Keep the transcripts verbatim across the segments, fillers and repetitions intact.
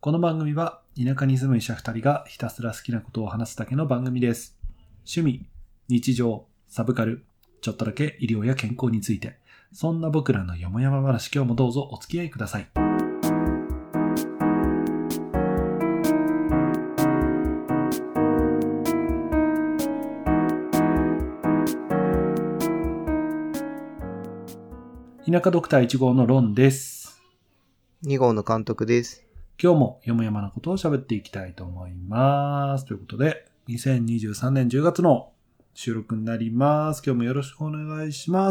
この番組は田舎に住む医者ふたりがひたすら好きなことを話すだけの番組です。趣味、日常、サブカル、ちょっとだけ医療や健康について、そんな僕らのよもやま話、今日もどうぞお付き合いください。田舎ドクターいち号のロンです。 に号の監督です。 今日もよもやまなことを喋っていきたいと思います。ということで、にせんにじゅうさんねんじゅうがつの収録になります。今日もよろしくお願いします。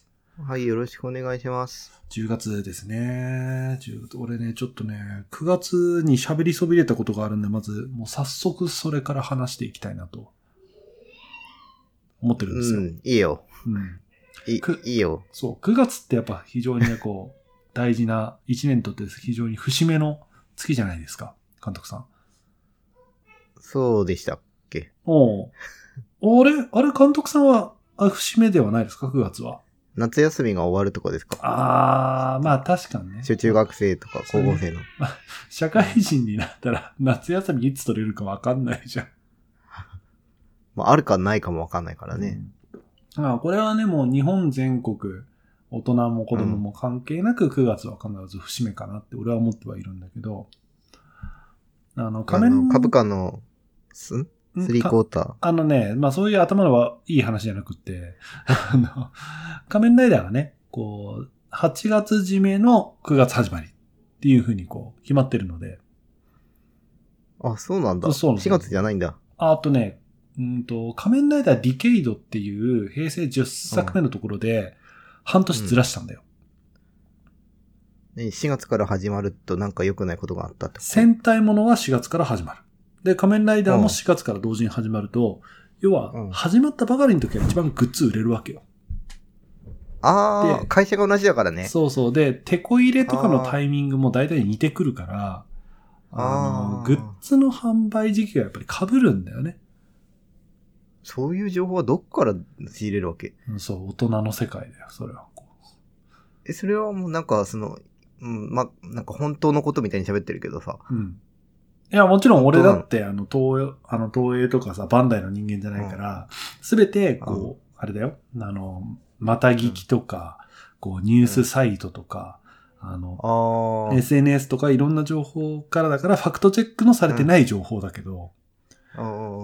はい、よろしくお願いします。 じゅうがつですね。じゅう俺ね、ちょっとね、くがつに喋りそびれたことがあるんで、まず、もう早速それから話していきたいなと思ってるんですよ。 うん、いいよ。 うん。 いい、いいよ。 そう、くがつってやっぱ非常にね、こう、大事ないちねんにとって非常に節目の月じゃないですか、監督さん。 そうでしたっけ？ おう。あれあれ監督さんは、あ、節目ではないですか、くがつは。 夏休みが終わるとかですか？ あー、まあ確かにね。 小中学生とか高校生の。 まあ、社会人になったら、夏休みいつ取れるかわかんないじゃん。 まあ、あるかないかもわかんないからね。 うん、まあ、これはね、もう日本全国、大人も子供も関係なくくがつは必ず節目かなって俺は思ってはいるんだけど、あの、仮面、 あの株価の、すんスリークォーター。 あのね、まあそういう頭のはいい話じゃなくって、あの、仮面ライダーがね、こう、はちがつ締めのくがつ始まりっていう風にこう、決まってるので。 あ、そうなんだ。 そうなんだ。 しがつじゃないんだ。 あとね、うんと、仮面ライダーディケイドっていう平成じゅっさくめのところで、半年ずらしたんだよ。 うん、しがつから始まるとなんか良くないことがあったってこと？ 戦隊ものはしがつから始まる。で、仮面ライダーもしがつから同時に始まると、うん、要は、始まったばかりの時は一番グッズ売れるわけよ。 ああ、会社が同じだからね。 そうそう。で、テこ入れとかのタイミングも大体似てくるから、あの、グッズの販売時期がやっぱり被るんだよね。 そういう情報はどっから仕入れるわけ？ そう、大人の世界だよ、それは。 え、それはもうなんか、その、うん、ま、なんか本当のことみたいに喋ってるけどさ。 うん。いや、もちろん俺だって、あの、東映、あの、東映とかさ、バンダイの人間じゃないから、すべ、うん、て、こう、あれだよ。あの、また聞きとか、うん、こう、ニュースサイトとか、うん、あの、あ エスエヌエス とかいろんな情報からだから、ファクトチェックのされてない情報だけど、うん、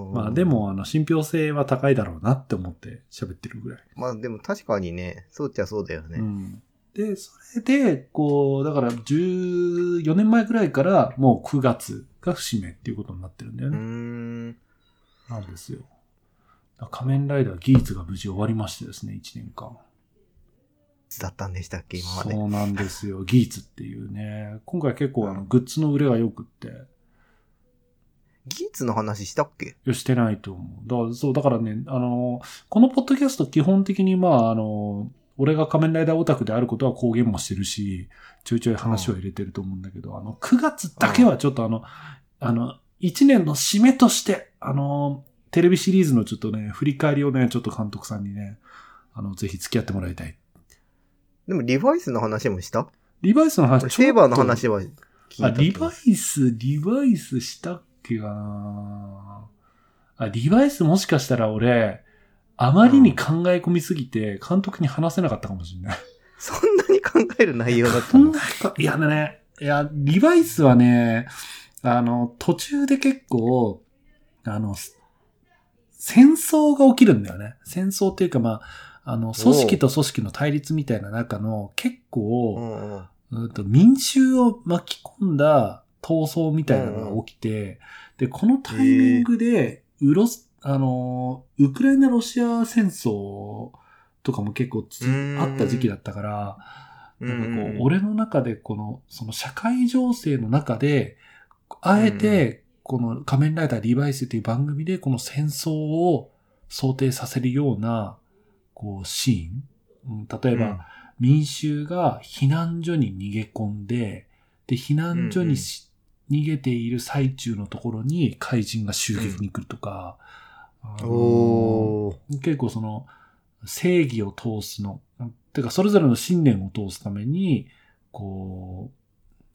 まあでも、あの、信憑性は高いだろうなって思って喋ってるぐらい。 まあでも確かにね、そうっちゃそうだよね。うんで、それで、こう、だからじゅうよねんまえぐらいからもうくがつが節目っていうことになってるんだよね。うーん。なんですよ。仮面ライダーギーツが無事終わりましてですね、いちねんかん。 だったんでしたっけ、今まで。 そうなんですよ。ギーツっていうね。今回結構あの、グッズの売れが良くって。 ギーツの話したっけ？ いや、してないと思う。だから、そう、だからね、あの、このポッドキャスト基本的にまあ、あの、俺が仮面ライダーオタクであることは公言もしてるし、ちょいちょい話を入れてると思うんだけど、うん、あの、くがつだけはちょっとあの、あの、いちねんの締めとして、あの、テレビシリーズのちょっとね、振り返りをね、ちょっと監督さんにね、あの、ぜひ付き合ってもらいたい。 でも、リバイスの話もした？ リバイスの話、 セーバーの話は聞いた。 あ、リバイス、リバイスしたっけかなあ、リバイスもしかしたら俺、あまりに考え込みすぎて、監督に話せなかったかもしれない。 そんなに考える内容だったの？ いやね、いや、リバイスはね、あの、途中で結構、あの、戦争が起きるんだよね。戦争っていうかまあ、あの、組織と組織の対立みたいな中の結構、うんと民衆を巻き込んだ闘争みたいなのが起きて、で、このタイミングで、ウロス、あの、ウクライナ・ロシア戦争とかも結構あった時期だったから、なんかこう、俺の中でこの、その社会情勢の中で、あえて、この仮面ライダーリバイスっていう番組でこの戦争を想定させるような、こう、シーン。例えば、うん、民衆が避難所に逃げ込んで、で、避難所に、うんうん、逃げている最中のところに怪人が襲撃に来るとか、うん、あのー、結構その正義を通すの、てかそれぞれの信念を通すために、こう、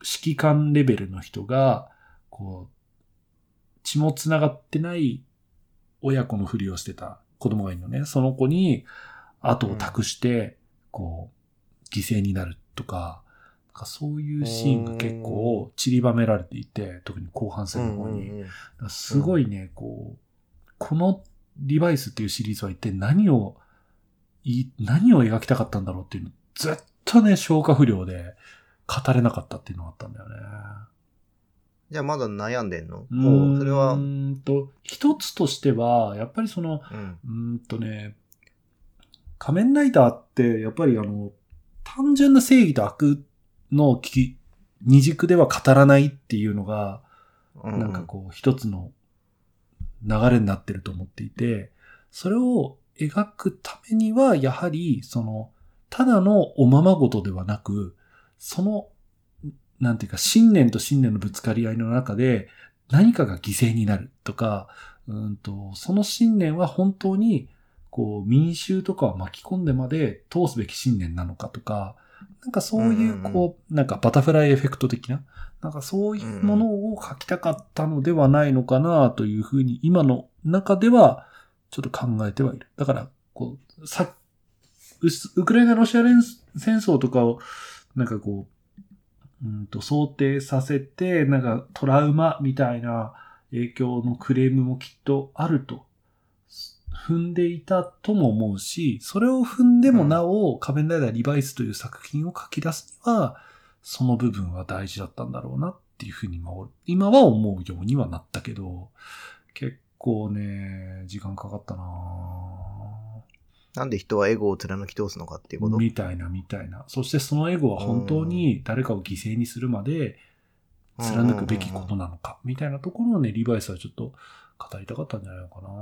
指揮官レベルの人が、こう、血も繋がってない親子のふりをしてた子供がいるのね。その子に後を託して、こう、犠牲になるとか、なんかそういうシーンが結構散りばめられていて、特に後半戦の方に。すごいね、こう、このリバイスっていうシリーズは一体何を、何を描きたかったんだろうっていうの、ずっとね、消化不良で語れなかったっていうのがあったんだよね。 じゃあまだ悩んでんの？もう、それは。 うーんと、一つとしては、やっぱりその、 うん、 うーんとね、仮面ライダーって、やっぱりあの、単純な正義と悪のき二軸では語らないっていうのが、 うん、 なんかこう、一つの流れになってると思っていて、それを描くためには、やはり、その、ただのおままごとではなく、その、なんていうか、信念と信念のぶつかり合いの中で、何かが犠牲になるとか、うんと、その信念は本当に、こう、民衆とかを巻き込んでまで通すべき信念なのかとか、なんかそういう、こう、なんかバタフライエフェクト的な、なんかそういうものを書きたかったのではないのかなというふうに、今の中では、ちょっと考えてはいる。だから、こう、さ、ウクライナ・ロシア戦争とかを、なんかこう、うんと想定させて、なんかトラウマみたいな影響のクレームもきっとあると踏んでいたとも思うし、それを踏んでもなお、仮面ライダーリバイスという作品を書き出すには、その部分は大事だったんだろうなっていうふうに今は思うようにはなったけど、結構ね、時間かかったななんで人はエゴを貫き通すのかっていうことみたいな、みたいな。そしてそのエゴは本当に誰かを犠牲にするまで貫くべきことなのか、みたいなところをね、リバイスはちょっと語りたかったんじゃないのか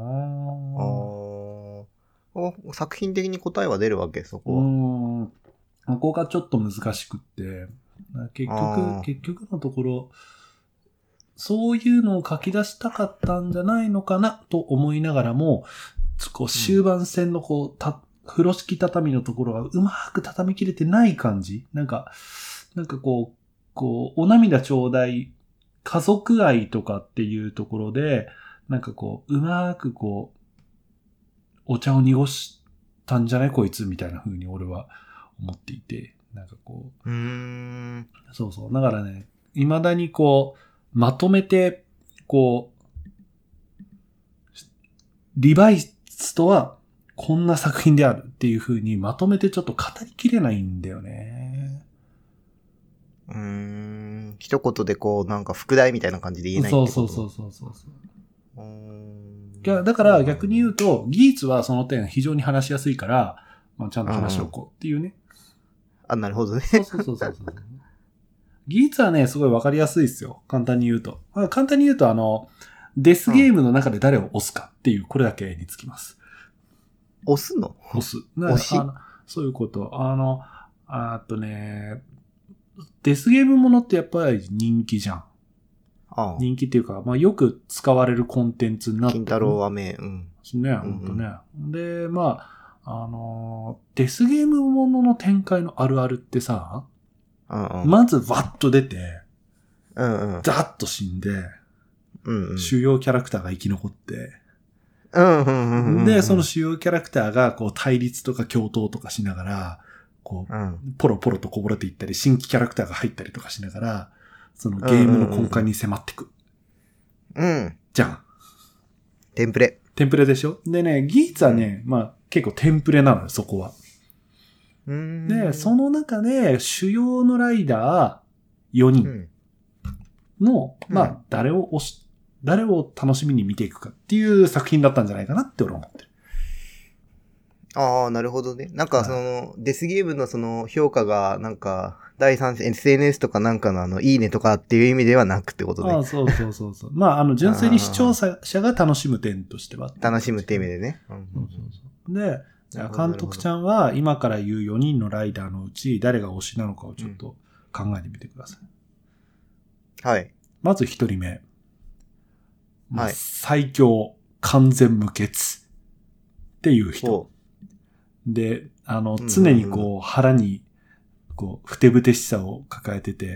な。ああ。作品的に答えは出るわけ、そこは。 うーん。ここがちょっと難しくって、結局、結局のところ、そういうのを書き出したかったんじゃないのかなと思いながらも、こう終盤戦のこう、た、風呂敷畳のところがうまく畳み切れてない感じ。なんか、なんかこう、こう、お涙ちょうだい、家族愛とかっていうところで、なんかこう、うまくこう、お茶を濁したんじゃないこいつみたいな風に俺は思っていて、なんかこう。うーん。 そうそう。だからね、未だにこう、まとめて、こう、リバイスとはこんな作品であるっていう風にまとめてちょっと語りきれないんだよね。 うーん。一言でこう、なんか副題みたいな感じで言えないってこと。 そうそうそうそうそう。 うーん。 いや、だから逆に言うと、技術はその点非常に話しやすいから、まあ、ちゃんと話しておこうっていうね。 あ、なるほどね。 そうそうそうそうそう。技術はね、すごいわかりやすいですよ。簡単に言うと。まあ、簡単に言うと、あの、デスゲームの中で誰を押すかっていう、これだけにつきます。 押すの？ 押す。 押し？ あのそういうこと。あの、あとね、デスゲームものってやっぱり人気じゃん。 ああ人気っていうか、まあよく使われるコンテンツになってる。 金太郎はめ、うん。 ですね、ほんとね。で、まあ、あの、デスゲームものの展開のあるあるってさ、 うんうん、 まずワッと出て、 うんうん、 ザッと死んで、 うんうん、 主要キャラクターが生き残って、 うんうんうんうん、 で、その主要キャラクターがこう対立とか共闘とかしながら、こう、うん、ポロポロとこぼれていったり、新規キャラクターが入ったりとかしながら、そのゲームの根幹に迫っていく。 うん。うん、 じゃん。 テンプレ。 テンプレでしょ？でね、ギーツはね、うん、まあ結構テンプレなのよ、そこは。 うーんで、その中で主要のライダーよにんの、うん、まあ誰を押し、誰を楽しみに見ていくかっていう作品だったんじゃないかなって俺は思ってる。 ああ、なるほどね。なんかその、はい、デスゲームのその評価が、なんか、第三者、エスエヌエス とかなんかのあの、いいねとかっていう意味ではなくってことね。 ああ、そうそうそうそう。まあ、あの、純粋に視聴者が楽しむ点としては。 楽しむって意味でね。 うん、そうそうそう。で、監督ちゃんは今から言うよにんのライダーのうち誰が推しなのかをちょっと考えてみてください。 うん、はい。 まず一人目。 はい。 最強、完全無欠っていう人。で、あの、常にこう、腹に、こう、ふてぶてしさを抱えてて、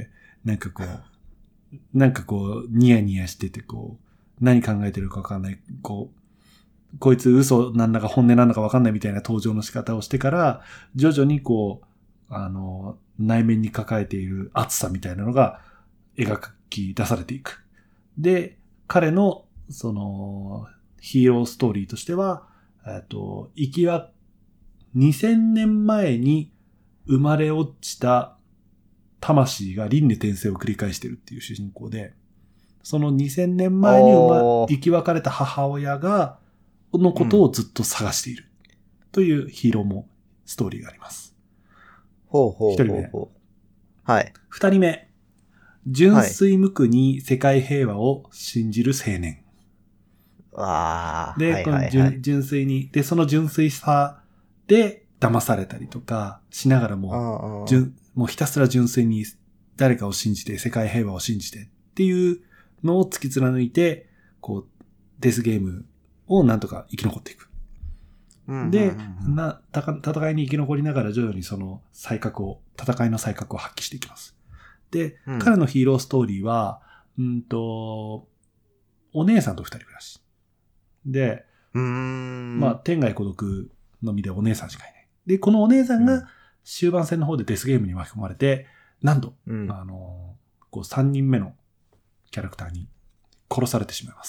なんかこう、なんかこう、ニヤニヤしてて、こう、何考えてるかわかんない、こう、こいつ嘘なんだか本音なんだかわかんないみたいな登場の仕方をしてから、徐々にこう、あの、内面に抱えている熱さみたいなのが描き出されていく。で、彼の、その、ヒーローストーリーとしては、えっと、行きはにせんねんまえに生まれ落ちた魂が輪廻転生を繰り返しているっていう主人公で、そのにせんねんまえに生ま、生き別れた母親が、のことをずっと探している。というヒーローも、ストーリーがあります。 ほうほうほうほう。 一人目。 はい。 二人目。純粋無垢に世界平和を信じる青年。 わー。 で、 はいはいはい、 この純粋に、で、その純粋さで騙されたりとかしながらも、純もうひたすら純粋に誰かを信じて、世界平和を信じてっていうのを突き貫いて、こう、デスゲームをなんとか生き残っていく。で、な、たか、戦いに生き残りながら徐々にその才覚を、戦いの才覚を発揮していきます。で、うん、彼のヒーローストーリーは、うんと、お姉さんと二人暮らし。で、 うーんまあ、天涯孤独のみでお姉さんしかいない。で、このお姉さんが終盤戦の方でデスゲームに巻き込まれて、何度、うん、あの、こう三人目のキャラクターに殺されてしまいます。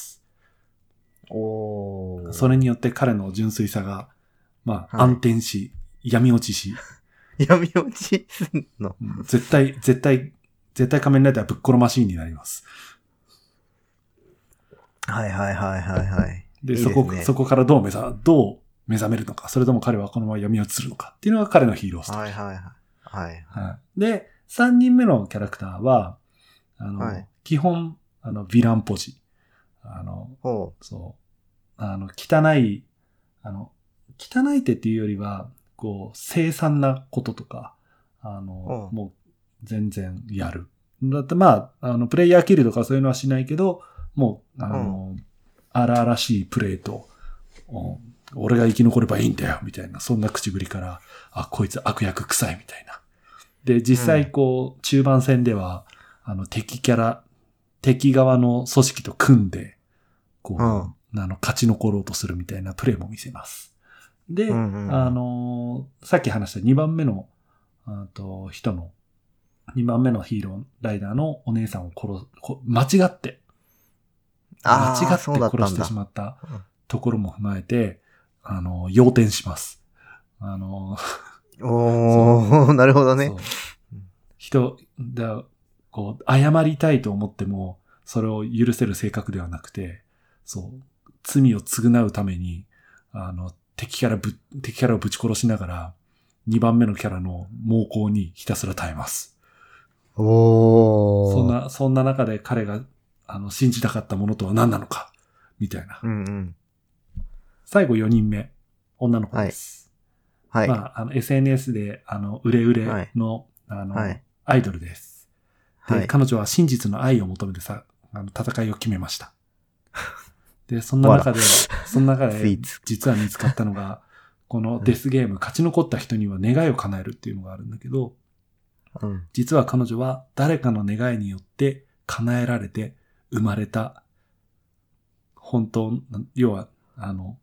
おそれによって彼の純粋さが、まあ、はい、暗転し、闇落ちし。 闇落ちすんの、 うん、絶対、絶対、絶対仮面ライダーぶっ殺マシーンになります。 はいはいはいはいはい。 で、いいですね、そこ、そこからどう目覚、どう目覚めるのか、それとも彼はこのまま闇落ちするのかっていうのが彼のヒーローストーリー。 はいはいはい。はい、 はい。で、三人目のキャラクターは、あの、はい、基本、あの、ヴィランポジ。あの、そう。あの、汚い、あの、汚い手っていうよりは、こう、凄惨なこととか、あの、もう、全然やる。だってまあ、あの、プレイヤーキルとかそういうのはしないけど、もう、あの、荒々しいプレイと、俺が生き残ればいいんだよ、みたいな、そんな口ぶりから、あ、こいつ悪役臭いみたいな。で、実際こう、中盤戦では、あの、敵キャラ、敵側の組織と組んで、こう、うん、あの、勝ち残ろうとするみたいなプレイも見せます。で、うんうん、あのー、さっき話したにばんめの、あと、人の、にばんめのヒーローライダーのお姉さんを殺す、間違って、間違って殺してしまったところも踏まえて、あの、要点します。あの、 おー、なるほどね。 人、だ、こう、謝りたいと思っても、それを許せる性格ではなくて、そう、罪を償うために、あの、敵キャラぶ、敵キャラをぶち殺しながら、にばんめのキャラの猛攻にひたすら耐えます。 おー。 そんな、そんな中で彼が、あの、信じたかったものとは何なのか、みたいな。 うんうん、 最後よにんめ、女の子です。 はい。 まあ、あの、エスエヌエス で、あの、売れ売れの、はい、あの、はい、アイドルです。で、はい、彼女は真実の愛を求めてさ、あの、戦いを決めました。で、そんな中で、そんな中で、実は見つかったのが、このデスゲーム、勝ち残った人には願いを叶えるっていうのがあるんだけど、 うん、 実は彼女は誰かの願いによって叶えられて生まれた、本当、要は、あの、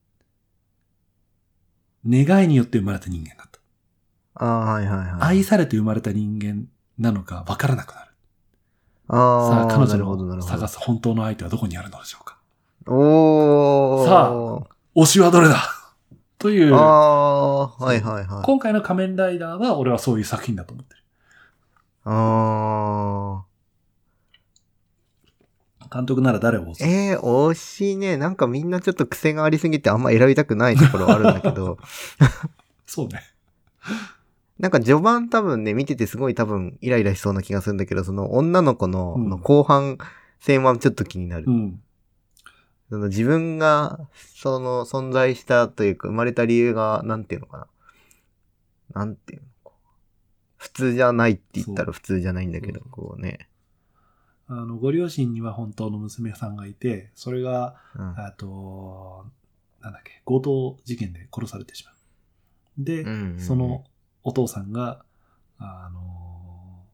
願いによって生まれた人間だった。 ああ、はいはいはい。 愛されて生まれた人間なのか分からなくなる。 ああ、 さあ、彼女の探す本当の愛とはどこにあるのでしょうか。 おー。 さあ、推しはどれだという。 ああ、はいはいはい。 今回の仮面ライダーは俺はそういう作品だと思ってる。 ああ。 監督なら誰を推す？ えー、推しね。なんかみんなちょっと癖がありすぎてあんま選びたくないところはあるんだけど。 そうね。 なんか序盤多分ね、見ててすごい多分イライラしそうな気がするんだけど、その女の子の、うん、の後半戦はちょっと気になる。 うん、 その自分がその存在したというか生まれた理由がなんていうのかな。なんていうのか。普通じゃないって言ったら普通じゃないんだけど、こうね。 あの、ご両親には本当の娘さんがいて、それが、 うん、 あと、なんだっけ、強盗事件で殺されてしまう。で、 うんうんうん、 そのお父さんが、あの、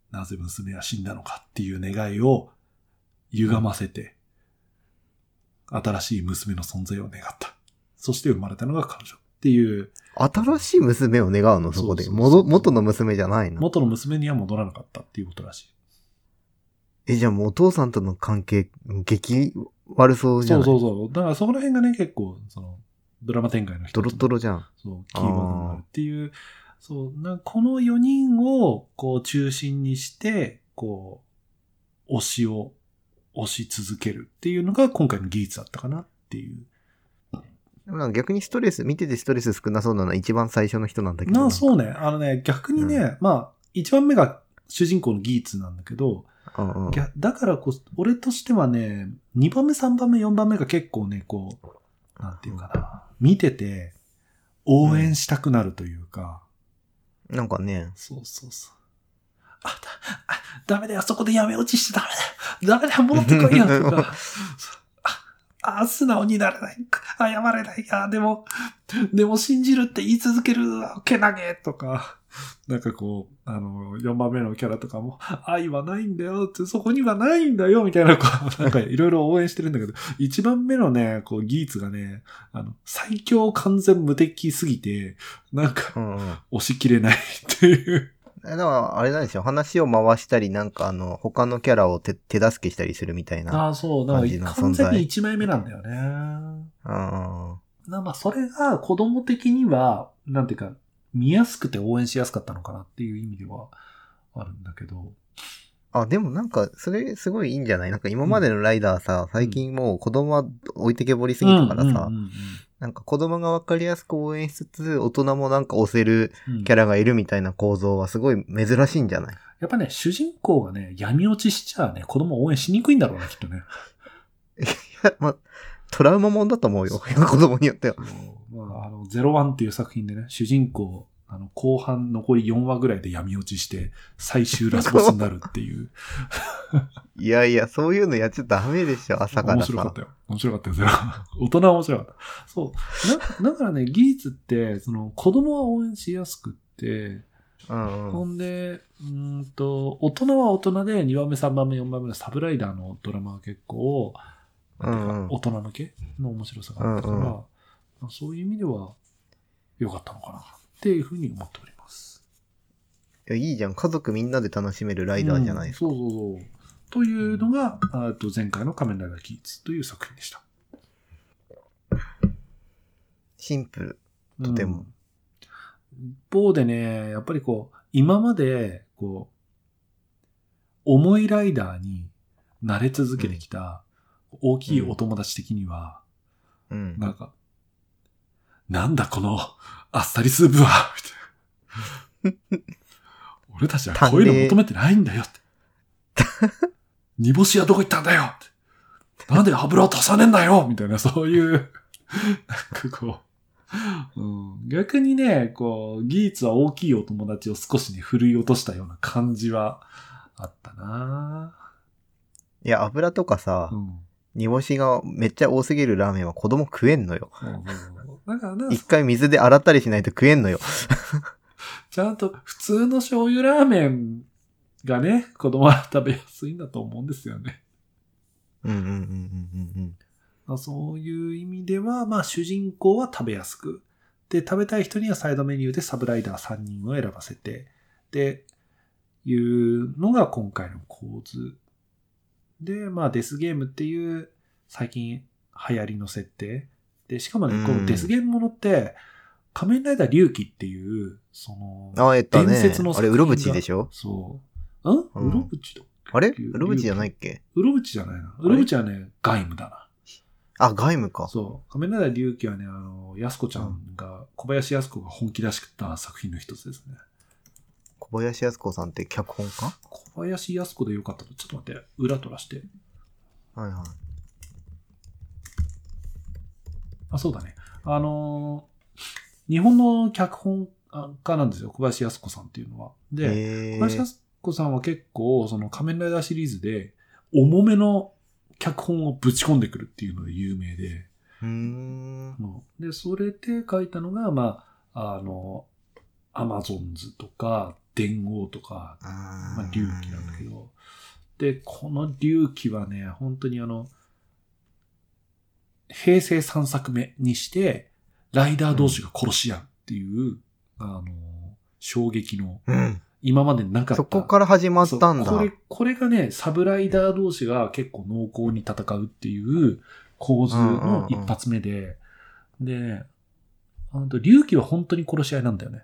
なぜ娘は死んだのかっていう願いを歪ませて、新しい娘の存在を願った。そして生まれたのが彼女っていう。 新しい娘を願うのそこで。 そうそうそうそう元元の娘じゃないの？ 元の娘には戻らなかったっていうことらしい。 え、じゃあもうお父さんとの関係、激悪そうじゃない？ そうそうそう。だからそこら辺がね、結構、その、ドラマ展開の人ドロッドロじゃん。 そう、キーワードになるっていう、そう、なこのよにんを、こう、中心にして、こう、推しを、推し続けるっていうのが今回の技術だったかなっていう。 でもなんか逆にストレス、見ててストレス少なそうなのは一番最初の人なんだけど。 なあ、そうね。あのね、逆にね、うん、まあ、一番目が主人公の技術なんだけど、 うんうん、 だからこそ、俺としてはね、にばんめ、さんばんめ、よんばんめが結構ね、こう、なんていうかな、見てて、応援したくなるというか。 うん、なんかね。 そうそうそう。あ、だ、あ、ダメだよ、そこでやめ落ちしてダメだよ。ダメだよ、戻ってこいよ、とか。あ、あ、素直になれない。謝れない。いや、でも、でも信じるって言い続ける、けなげとか。なんかこう、あの、よんばんめのキャラとかも、愛はないんだよって、そこにはないんだよみたいな、こう、なんかいろいろ応援してるんだけど、いちばんめのね、こう、ギーツがね、あの、最強完全無敵すぎて、なんか、押し切れないっていう。 だからあれなんでしょう、話を回したり、なんかあの、他のキャラを手手助けしたりするみたいな。 ああ、そう。だから完全にいちまいめなんだよね。ああ。まあ、それが子供的には、なんていうか、見やすくて応援しやすかったのかなっていう意味ではあるんだけど。 あ、でもなんか、それすごいいいんじゃない？なんか今までのライダーさ、うん、最近もう子供は置いてけぼりすぎたからさ、なんか子供がわかりやすく応援しつつ、大人もなんか押せるキャラがいるみたいな構造はすごい珍しいんじゃない？ やっぱね、主人公がね、闇落ちしちゃね、子供応援しにくいんだろうな、きっとね。 いや、まあ、トラウマもんだと思うよ、子供によっては。 まあ、あの、ゼロワンっていう作品でね、主人公、あの、後半残りよんわぐらいで闇落ちして、最終ラスボスになるっていう。 いやいや、そういうのやっちゃダメでしょ、朝からさ。 面白かったよ。面白かったよ、ゼロワン。大人は面白かった。そう。だからね、技術って、その、子供は応援しやすくって、 うんうん、 ほんで、うんと、大人は大人でにばんめ、さんばんめ、よんばんめのサブライダーのドラマは結構、なんていうか、うんうん、大人向けの面白さがあったから、うんうん、そういう意味では良かったのかなっていうふうに思っております。 いや、いいじゃん。家族みんなで楽しめるライダーじゃないですか。 うん、そうそうそう。というのが、あと前回の仮面ライダーギーツという作品でした。 シンプル。とても。うん一方でね、やっぱりこう、今まで、こう、重いライダーに慣れ続けてきた大きいお友達的には、 うん、 なんか、なんだこのあっさりスープはみたいな。俺たちはこういうの求めてないんだよって。煮干しはどこ行ったんだよって。なんで油を足さねえんだよみたいな、そういう、なんかこう、うん、逆にね、こう、ギーツは大きいお友達を少しね、振るい落としたような感じはあったな。 いや、油とかさ、うん、煮干しがめっちゃ多すぎるラーメンは子供食えんのよ。一回水で洗ったりしないと食えんのよ。 ちゃんと普通の醤油ラーメンがね、子供は食べやすいんだと思うんですよね。 うんうんうんうんうんうん。そういう意味では、まあ主人公は食べやすく。で、食べたい人にはサイドメニューでサブライダーさんにんを選ばせて、で、いうのが今回の構図。で、まあデスゲームっていう最近流行りの設定。で、しかもね、このデスゲームものって、仮面ライダー龍騎っていう、その、 あ、えっとね、 伝説のあれ、うろぶちでしょ？ そう。ん、うん、うろぶちだっけ？ あれうろぶちじゃないっけ？ うろぶちじゃないな。うろぶちはね、外務だな。 あ、外務か。 そう。仮面ライダー龍騎はね、あの、やすこちゃんが、小林やすこが本気出した作品の一つですね。 小林やすこさんって脚本家？ 小林やすこでよかったと。ちょっと待って、裏取らして。 はいはい。 あ、そうだね。あのー、日本の脚本家なんですよ。小林やすこさんっていうのは。で、小林やすこさんは結構、その仮面ライダーシリーズで、重めの脚本をぶち込んでくるっていうので有名で。 うーん。 で、それで書いたのが、まあ、あの、アマゾンズとか、 電王とか、 あまあ、龍騎なんだけど、で、この龍騎はね、本当にあの、平成さんさくめにして、ライダー同士が殺し合うっていう、うん、あの、衝撃の、 うん、 今までなかった。 そこから始まったんだ。 これ、これがね、サブライダー同士が結構濃厚に戦うっていう構図の一発目で、うんうんうん、で、あの、龍騎は本当に殺し合いなんだよね。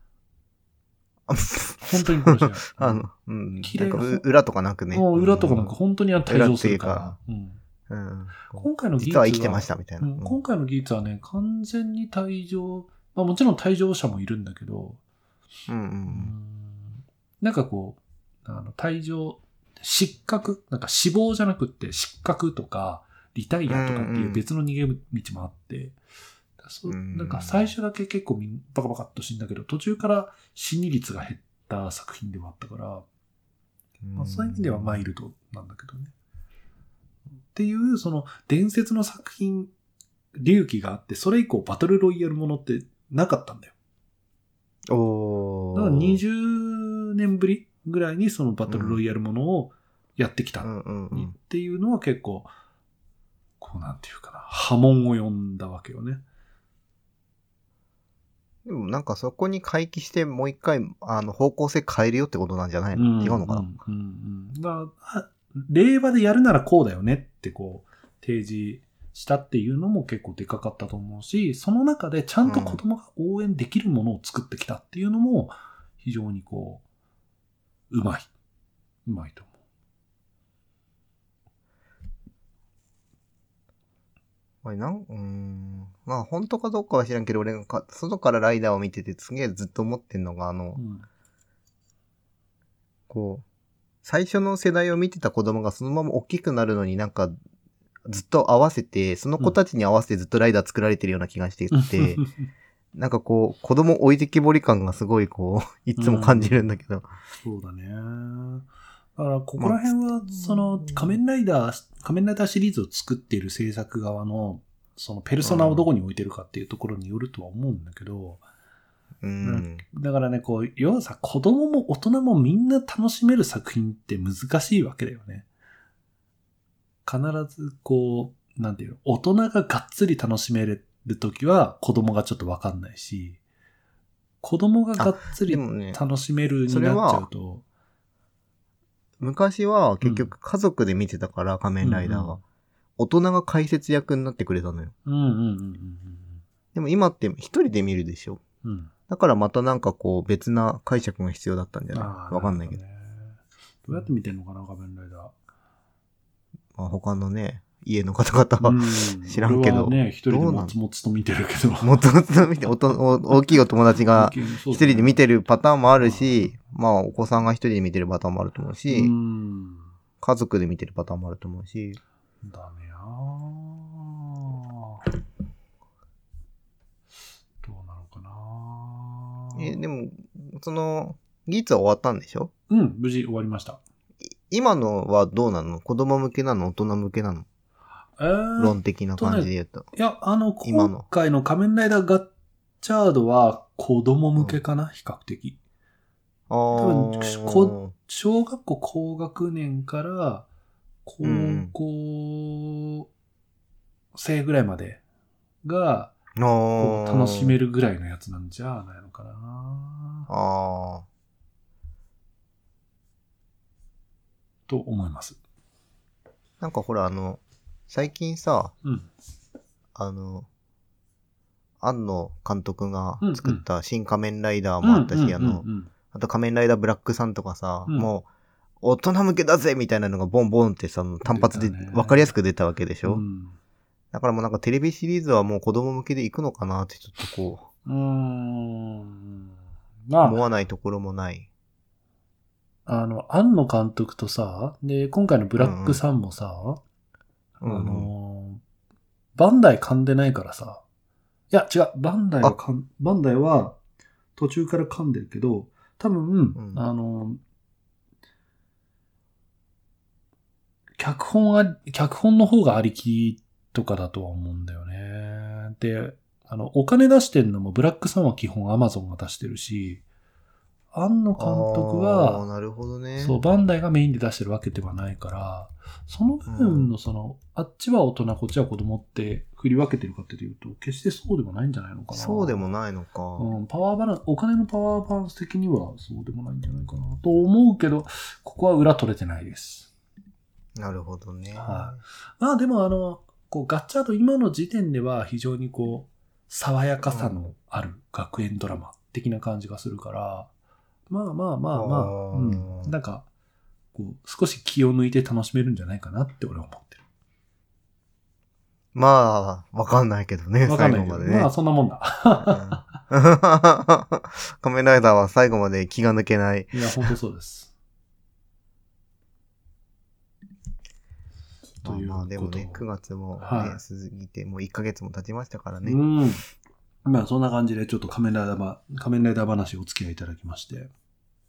本当に殺し合い。 あの、うん。なんか裏とかなくね。 裏とかなんか本当に退場するから。うんうん、 今回の技術は、実は生きてましたみたいな、 うん。今回の技術はね、完全に退場、まあもちろん退場者もいるんだけど、 うんうん、 うんなんかこう、あの退場、失格、なんか死亡じゃなくって失格とか、リタイアとかっていう別の逃げ道もあって、うんうん、なんか最初だけ結構バカバカっと死んだけど、途中から死に率が減った作品ではあったから、まあ、そういう意味ではマイルドなんだけどね。っていう、その伝説の作品、龍騎があって、それ以降バトルロイヤルものってなかったんだよ。 おー。 だからにじゅうねんぶりぐらいにそのバトルロイヤルものをやってきたっていうのは結構、こうなんていうかな、波紋を呼んだわけよね。 でもなんかそこに回帰してもう一回あの方向性変えるよってことなんじゃないの、うん、違うのかな、 うんうんうん、だから令和でやるならこうだよねってこう提示したっていうのも結構でかかったと思うし、その中でちゃんと子供が応援できるものを作ってきたっていうのも非常にこううまいうまいと思う。なんうーんまあ本当かどうかは知らんけど、俺がか外からライダーを見ててすげえずっと思ってんのが、あの、うん、こう最初の世代を見てた子供がそのまま大きくなるのになんかずっと合わせて、その子たちに合わせてずっとライダー作られてるような気がしていて、うん、なんかこう、子供置いてきぼり感がすごいこう、いつも感じるんだけど。 うん、そうだね。だから、ここら辺は、その、仮面ライダー、仮面ライダーシリーズを作っている制作側の、その、ペルソナをどこに置いてるかっていうところによるとは思うんだけど、 うん、 だからね、こう、要はさ、子供も大人もみんな楽しめる作品って難しいわけだよね。必ずこう、なんていうの、大人ががっつり楽しめるときは子供がちょっとわかんないし、子供ががっつり楽しめるになっちゃうと。 昔は結局家族で見てたから、うん、仮面ライダーは、うんうん。大人が解説役になってくれたのよ。 うんうんうんうん、 でも今って一人で見るでしょ。うん、だからまたなんかこう別な解釈が必要だったんじゃないわかんないけど。 どうやって見てんのかな、仮面ライダー。 まあ、他のね、家の方々は知らんけど。 俺はね、一人でもつもつと見てるけど。 もつもつと見て、おと大きいお友達が一人で見てるパターンもあるし、まあお子さんが一人で見てるパターンもあると思うし、うん家族で見てるパターンもあると思うし。 ダメやー。どうなのかなえ、でも、その、技術は終わったんでしょ？ うん、無事終わりました。 今のはどうなの？子供向けなの？大人向けなの？えー、論的な感じで言うと。 いや、あの、今回の仮面ライダーガッチャードは子供向けかな、うん、比較的。多分こ、小学校高学年から高校生ぐらいまでが、こう楽しめるぐらいのやつなんじゃないのかな。あと思います。 なんかほら、あの、最近さ、 うん、 あの、庵野監督が作った新仮面ライダーもあったし、あの、あと仮面ライダーブラックさんとかさ、うん、もう、大人向けだぜみたいなのがボンボンってさ、単発で分かりやすく出たわけでしょ、うん、だからもうなんかテレビシリーズはもう子供向けでいくのかなってちょっとこう、うーんまあ、思わないところもない。 あの、庵野監督とさ、で、今回のブラックさんもさ、うんうん、あのー、バンダイ噛んでないからさ、いや違う、バンダイはかん、バンダイは途中から噛んでるけど、多分、うん、あのー、脚本は、脚本の方がありきとかだとは思うんだよね。で、あの、お金出してんのもブラックさんは基本アマゾンが出してるし、 庵野監督ああ、 は、 なるほどね。 そう、バンダイがメインで出してるわけではないから、その部分のその、あっちは大人、こっちは子供って振り分けてるかっていうと、決してそうでもないんじゃないのかな。 そうでもないのか。 うん、パワーバランス、お金のパワーバランス的にはそうでもないんじゃないかなと思うけど、ここは裏取れてないです。 なるほどね。 はい。まあでもあの、こうガッチャード今の時点では非常にこう、爽やかさのある学園ドラマ的な感じがするから、まあまあまあまあ、うん、なんか、こう、少し気を抜いて楽しめるんじゃないかなって俺は思ってる。 まあ、わかんないけどね、 わかんないけど、 最後までね。 まあそんなもんだ。 仮面ライダーは最後まで気が抜けない。 いや、ほんとそうです。 まあまあでもね、くがつもね、 はい、 過ぎて、もういっかげつも経ちましたからね。 うん。まあそんな感じでちょっと仮面ライダーば、仮面ライダー話お付き合いいただきまして。うん、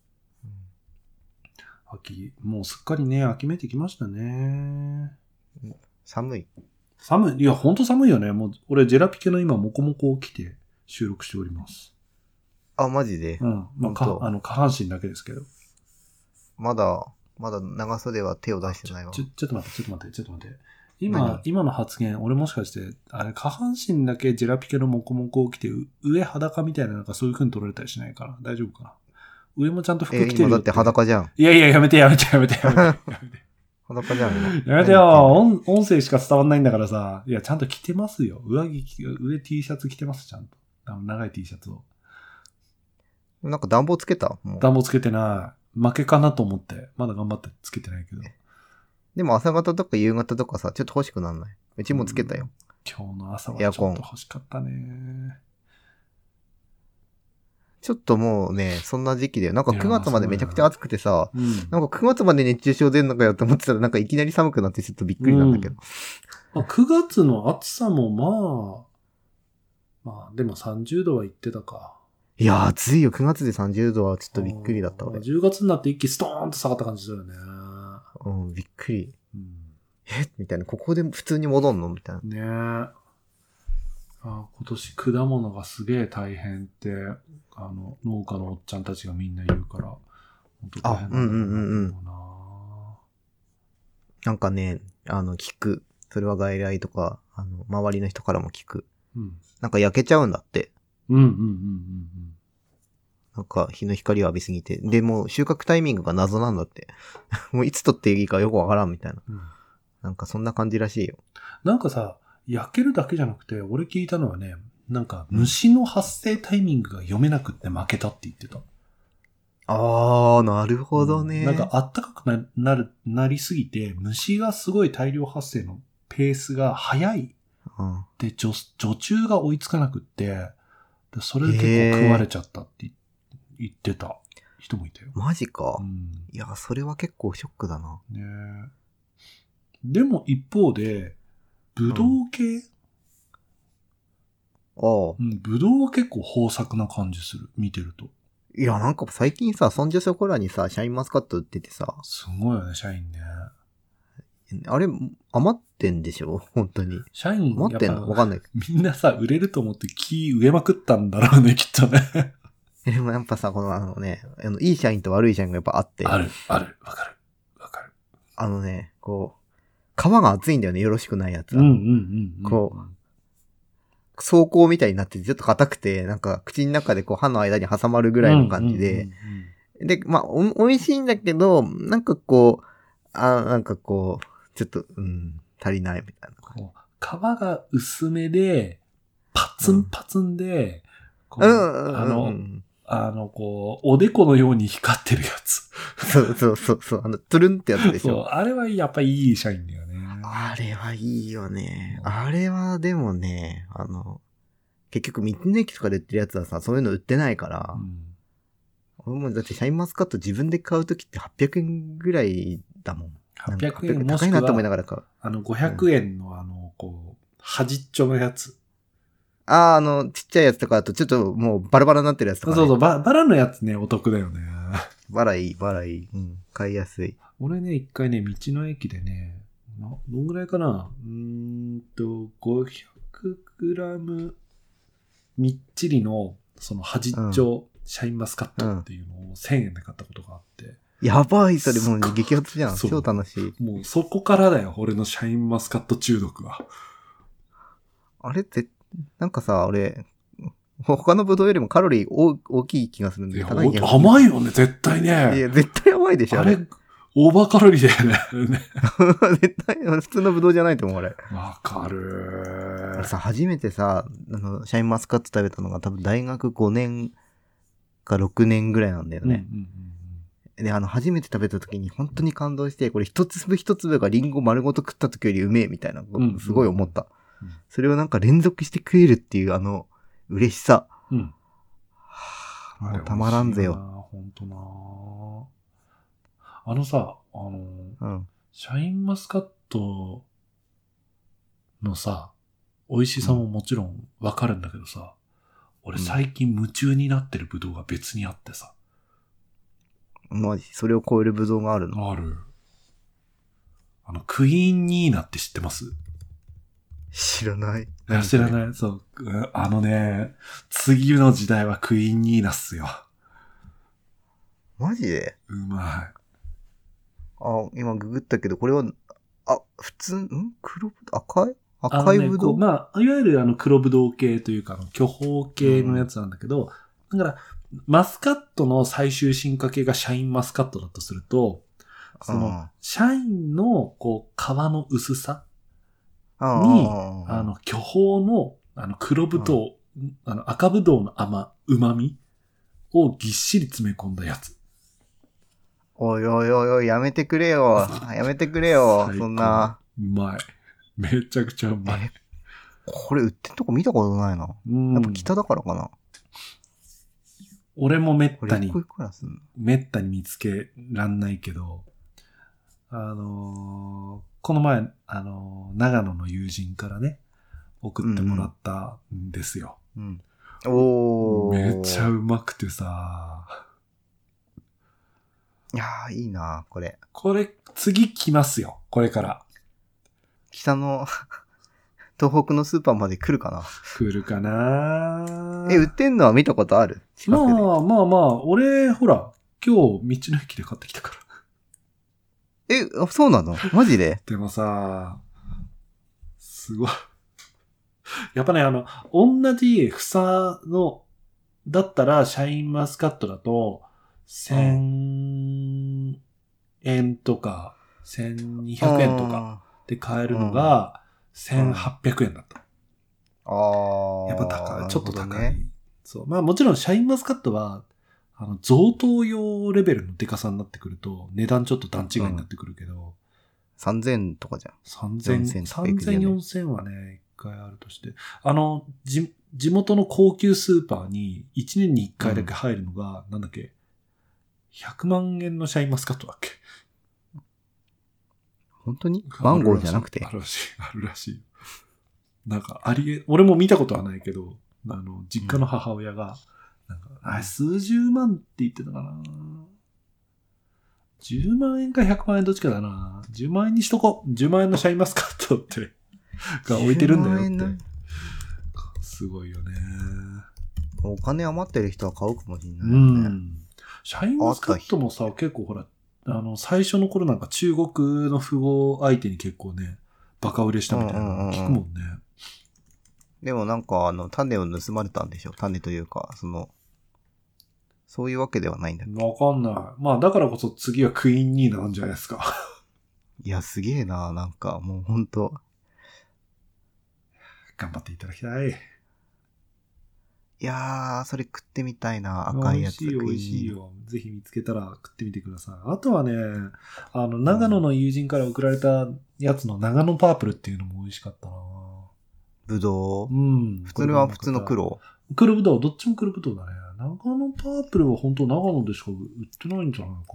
秋、もうすっかりね、秋めいてきましたね。 寒い。 寒い。いや、ほんと寒いよね。もう、俺、ジェラピケの今、モコモコを着て収録しております。 あ、マジで？ うん。まあ、か、あの、下半身だけですけど。 まだ、まだ長袖は手を出してないわ。 ちょ、ちょっと待って、ちょっと待って、ちょっと待って。今、今の発言、俺もしかして、あれ、下半身だけジェラピケのモコモコを着て、上裸みたいな、なんかそういう風に撮られたりしないかな。大丈夫かな。上もちゃんと服着てるよって。 えー、今だって裸じゃん。 いやいや、やめてやめてやめてやめて。やめて裸じゃん。 やめてよ音。音声しか伝わんないんだからさ。いや、ちゃんと着てますよ。上着、上 T シャツ着てます、ちゃんと。長い T シャツを。 なんか暖房つけた？もう暖房つけてない。負けかなと思って。まだ頑張ってつけてないけど。 でも朝方とか夕方とかさ、ちょっと欲しくなんない？うちもつけたよ。 今日の朝はちょっと欲しかったね。 ちょっともうね、そんな時期で、なんかくがつまでめちゃくちゃ暑くてさ、 うん、 なんかくがつまで熱中症出んのかよって思ってたら、なんかいきなり寒くなってちょっとびっくりなんだけど。 うん、くがつの暑さもまあ、まあでもさんじゅうどはいってたか。 いや、暑いよ。くがつでさんじゅうどはちょっとびっくりだったわ。 じゅうがつになって一気ストーンと下がった感じだよね。 うん、びっくり。 うん、 えみたいな。ここで普通に戻んのみたいな。 ねえ。あ、今年果物がすげえ大変って、あの、農家のおっちゃんたちがみんな言うから、本当大変なんだろうなと思うな。うんうんうんうん。 なんかね、あの、聞く。それは外来とか、あの、周りの人からも聞く。うん。なんか焼けちゃうんだって。 うんうんうんうんうん。 なんか日の光を浴びすぎて。で、もう収穫タイミングが謎なんだって。もういつ取っていいかよくわからんみたいな。うん、なんかそんな感じらしいよ。 なんかさ、焼けるだけじゃなくて、俺聞いたのはね、なんか虫の発生タイミングが読めなくって負けたって言ってた。 あー、なるほどね。 うん、なんか暖かく な, なる、なりすぎて、虫がすごい大量発生のペースが速い。うん、で、女、女中が追いつかなくって、それで結構食われちゃったって言ってた人もいたよ。 マジか。 うん、 いや、それは結構ショックだな。 ね、でも一方で、ブドウ系、うん、 ああ。 うん、ブドウは結構豊作な感じする。見てると。 いや、なんか最近さ、そんじょそこらにさ、シャインマスカット売っててさ。 すごいよね、シャインね。 あれ、余ってんでしょ本当に。 シャイン余ってんのわかんない。 みんなさ、売れると思って木植えまくったんだろうね、きっとね。 でもやっぱさ、このあのね、あの、いい社員と悪い社員がやっぱあって。 ある、ある、わかる、わかる。 あのね、こう、皮が厚いんだよね、よろしくないやつは。 うんうんうん、うん。 こう、装甲みたいになってちょっと硬くて、なんか口の中でこう歯の間に挟まるぐらいの感じで。うんうんうん、で、まあお、美味しいんだけど、なんかこう、あなんかこう、ちょっと、うん、足りないみたいな。 こう皮が薄めで、パツンパツンで、 うん、こう、うん、 あの、あの、こう、おでこのように光ってるやつ。 そうそうそうそう、あの、トゥルンってやつでしょ。 そう、あれはやっぱりいい社員だよね。 あれはいいよね。あれはでもね、あの、結局道の駅とかで売ってるやつはさ、そういうの売ってないから、うん、俺もだってシャインマスカット自分で買うときってはっぴゃくえんぐらいだもん。 はっぴゃくえん高いなと思いながら買う。 あの、ごひゃくえんの、うん、あの、こう、端っちょのやつ。 ああ、あの、ちっちゃいやつとかだとちょっともうバラバラになってるやつとか、ね。 そうそう、ババラのやつね、お得だよね。 バラいい、バラいい。うん、買いやすい。 俺ね、一回ね、道の駅でね、どんぐらいかなうーんと、ごひゃくグラムみっちりの、その端っちょシャインマスカットっていうのをせんえんで買ったことがあって。 やばい、それもう激アツじゃん。超楽しい。 もうそこからだよ、俺のシャインマスカット中毒は。 あれって、なんかさ、俺、他のブドウよりもカロリー大大きい気がするんだけど、 甘いよね、絶対ね。いや、絶対甘いでしょ。 あれ、オーバーカロリーだよね。 絶対、普通のブドウじゃないと思う、あれ。 わかるー。 さ、初めてさ、あの、シャインマスカット食べたのが多分大学ごねんかろくねんぐらいなんだよね。うんうんうん、で、あの、初めて食べた時に本当に感動して、これ一粒一粒がリンゴ丸ごと食った時よりうめえみたいな、すごい思った。うんうんうん、それをなんか連続して食えるっていうあの、嬉しさ。うん。はあ、もうたまらんぜよ。 ほんとなあのさ、あの、うん、シャインマスカットのさ、美味しさももちろんわかるんだけどさ、うん、俺最近夢中になってるブドウが別にあってさ。 マジそれを超えるブドウがあるの？ ある。あの、クイーンニーナって知ってます？ 知らない。いや、知らない。そう。あのね、次の時代はクイーンニーナっすよ。 マジで？ うまい。 あ、今ググったけど、これは、あ、普通、ん黒ぶどう赤い赤いぶどう、 ね、まあ、いわゆるあの黒ぶどう系というか、あの巨峰系のやつなんだけど、うん、だから、マスカットの最終進化系がシャインマスカットだとすると、その、シャインの、こう、皮の薄さに、あの、巨峰の、あの、黒ぶどう、あの、赤ぶどうの甘、旨味をぎっしり詰め込んだやつ。 おいおいおいおい、やめてくれよ。やめてくれよ。そんな。 うまい。めちゃくちゃうまい。 これ売ってんとこ見たことないな。うん。やっぱ北だからかな。 俺もめったに、めったに見つけらんないけど、あのー、この前、あのー、長野の友人からね、送ってもらったんですよ。うんうん、おー。めっちゃうまくてさ。 いやー、いいなこれ。 これ、次来ますよ。これから。 北の、東北のスーパーまで来るかな？ 来るかな？ え、売ってんのは見たことある？ まあまあまあ、俺、ほら、今日、道の駅で買ってきたから。 え、あ、そうなの？マジで？ でもさ、すごい。やっぱね、あの、同じ房の、だったら、シャインマスカットだと、せんえんとか、せんにひゃくえんとかで買えるのが、せんはっぴゃくえんだった。ああ。やっぱ高い。ちょっと高い。ね、そう。まあもちろん、シャインマスカットは、あの、贈答用レベルのデカさになってくると、値段ちょっと段違いになってくるけど。うん、 さんぜんとかじゃん。 さんぜん、さんぜん、よんせんはね、一回あるとして。あの、じ、地元の高級スーパーにいちねんにいっかいだけ入るのが、うん、なんだっけ、ひゃくまんえんのシャインマスカットだっけ？ 本当に？マンゴーじゃなくて？ あるらしい、あるらしい。なんか、ありえ、俺も見たことはないけど、あの、実家の母親が、なんか、あ、数十万って言ってたかな。じゅうまんえんかひゃくまんえんどっちかだな。じゅうまんえんにしとこう。じゅうまんえんのシャインマスカットって、が置いてるんだよって。すごいよね。 お金余ってる人は買うかもしれないよね。 うん。シャインマスカットもさ、結構ほら、あの、最初の頃なんか中国の富豪相手に結構ね、バカ売れしたみたいなの聞くもんね。うんうんうん、 でもなんかあの、種を盗まれたんでしょ？種というか、その、そういうわけではないんだっけ？ わかんない。まあだからこそ次はクイーンニーナなんじゃないですか。 いや、すげえな、なんかもうほんと。 頑張っていただきたい。 いやー、それ食ってみたいな、赤いやつ。 美味しいよ、美味しいよ。ぜひ見つけたら食ってみてください。あとはね、あの、長野の友人から送られたやつの長野パープルっていうのも美味しかったな。 ぶどう？ うん。 普通は普通の黒？ 黒ぶどう、どっちも黒ぶどうだね。長野パープルは本当長野でしか売ってないんじゃないか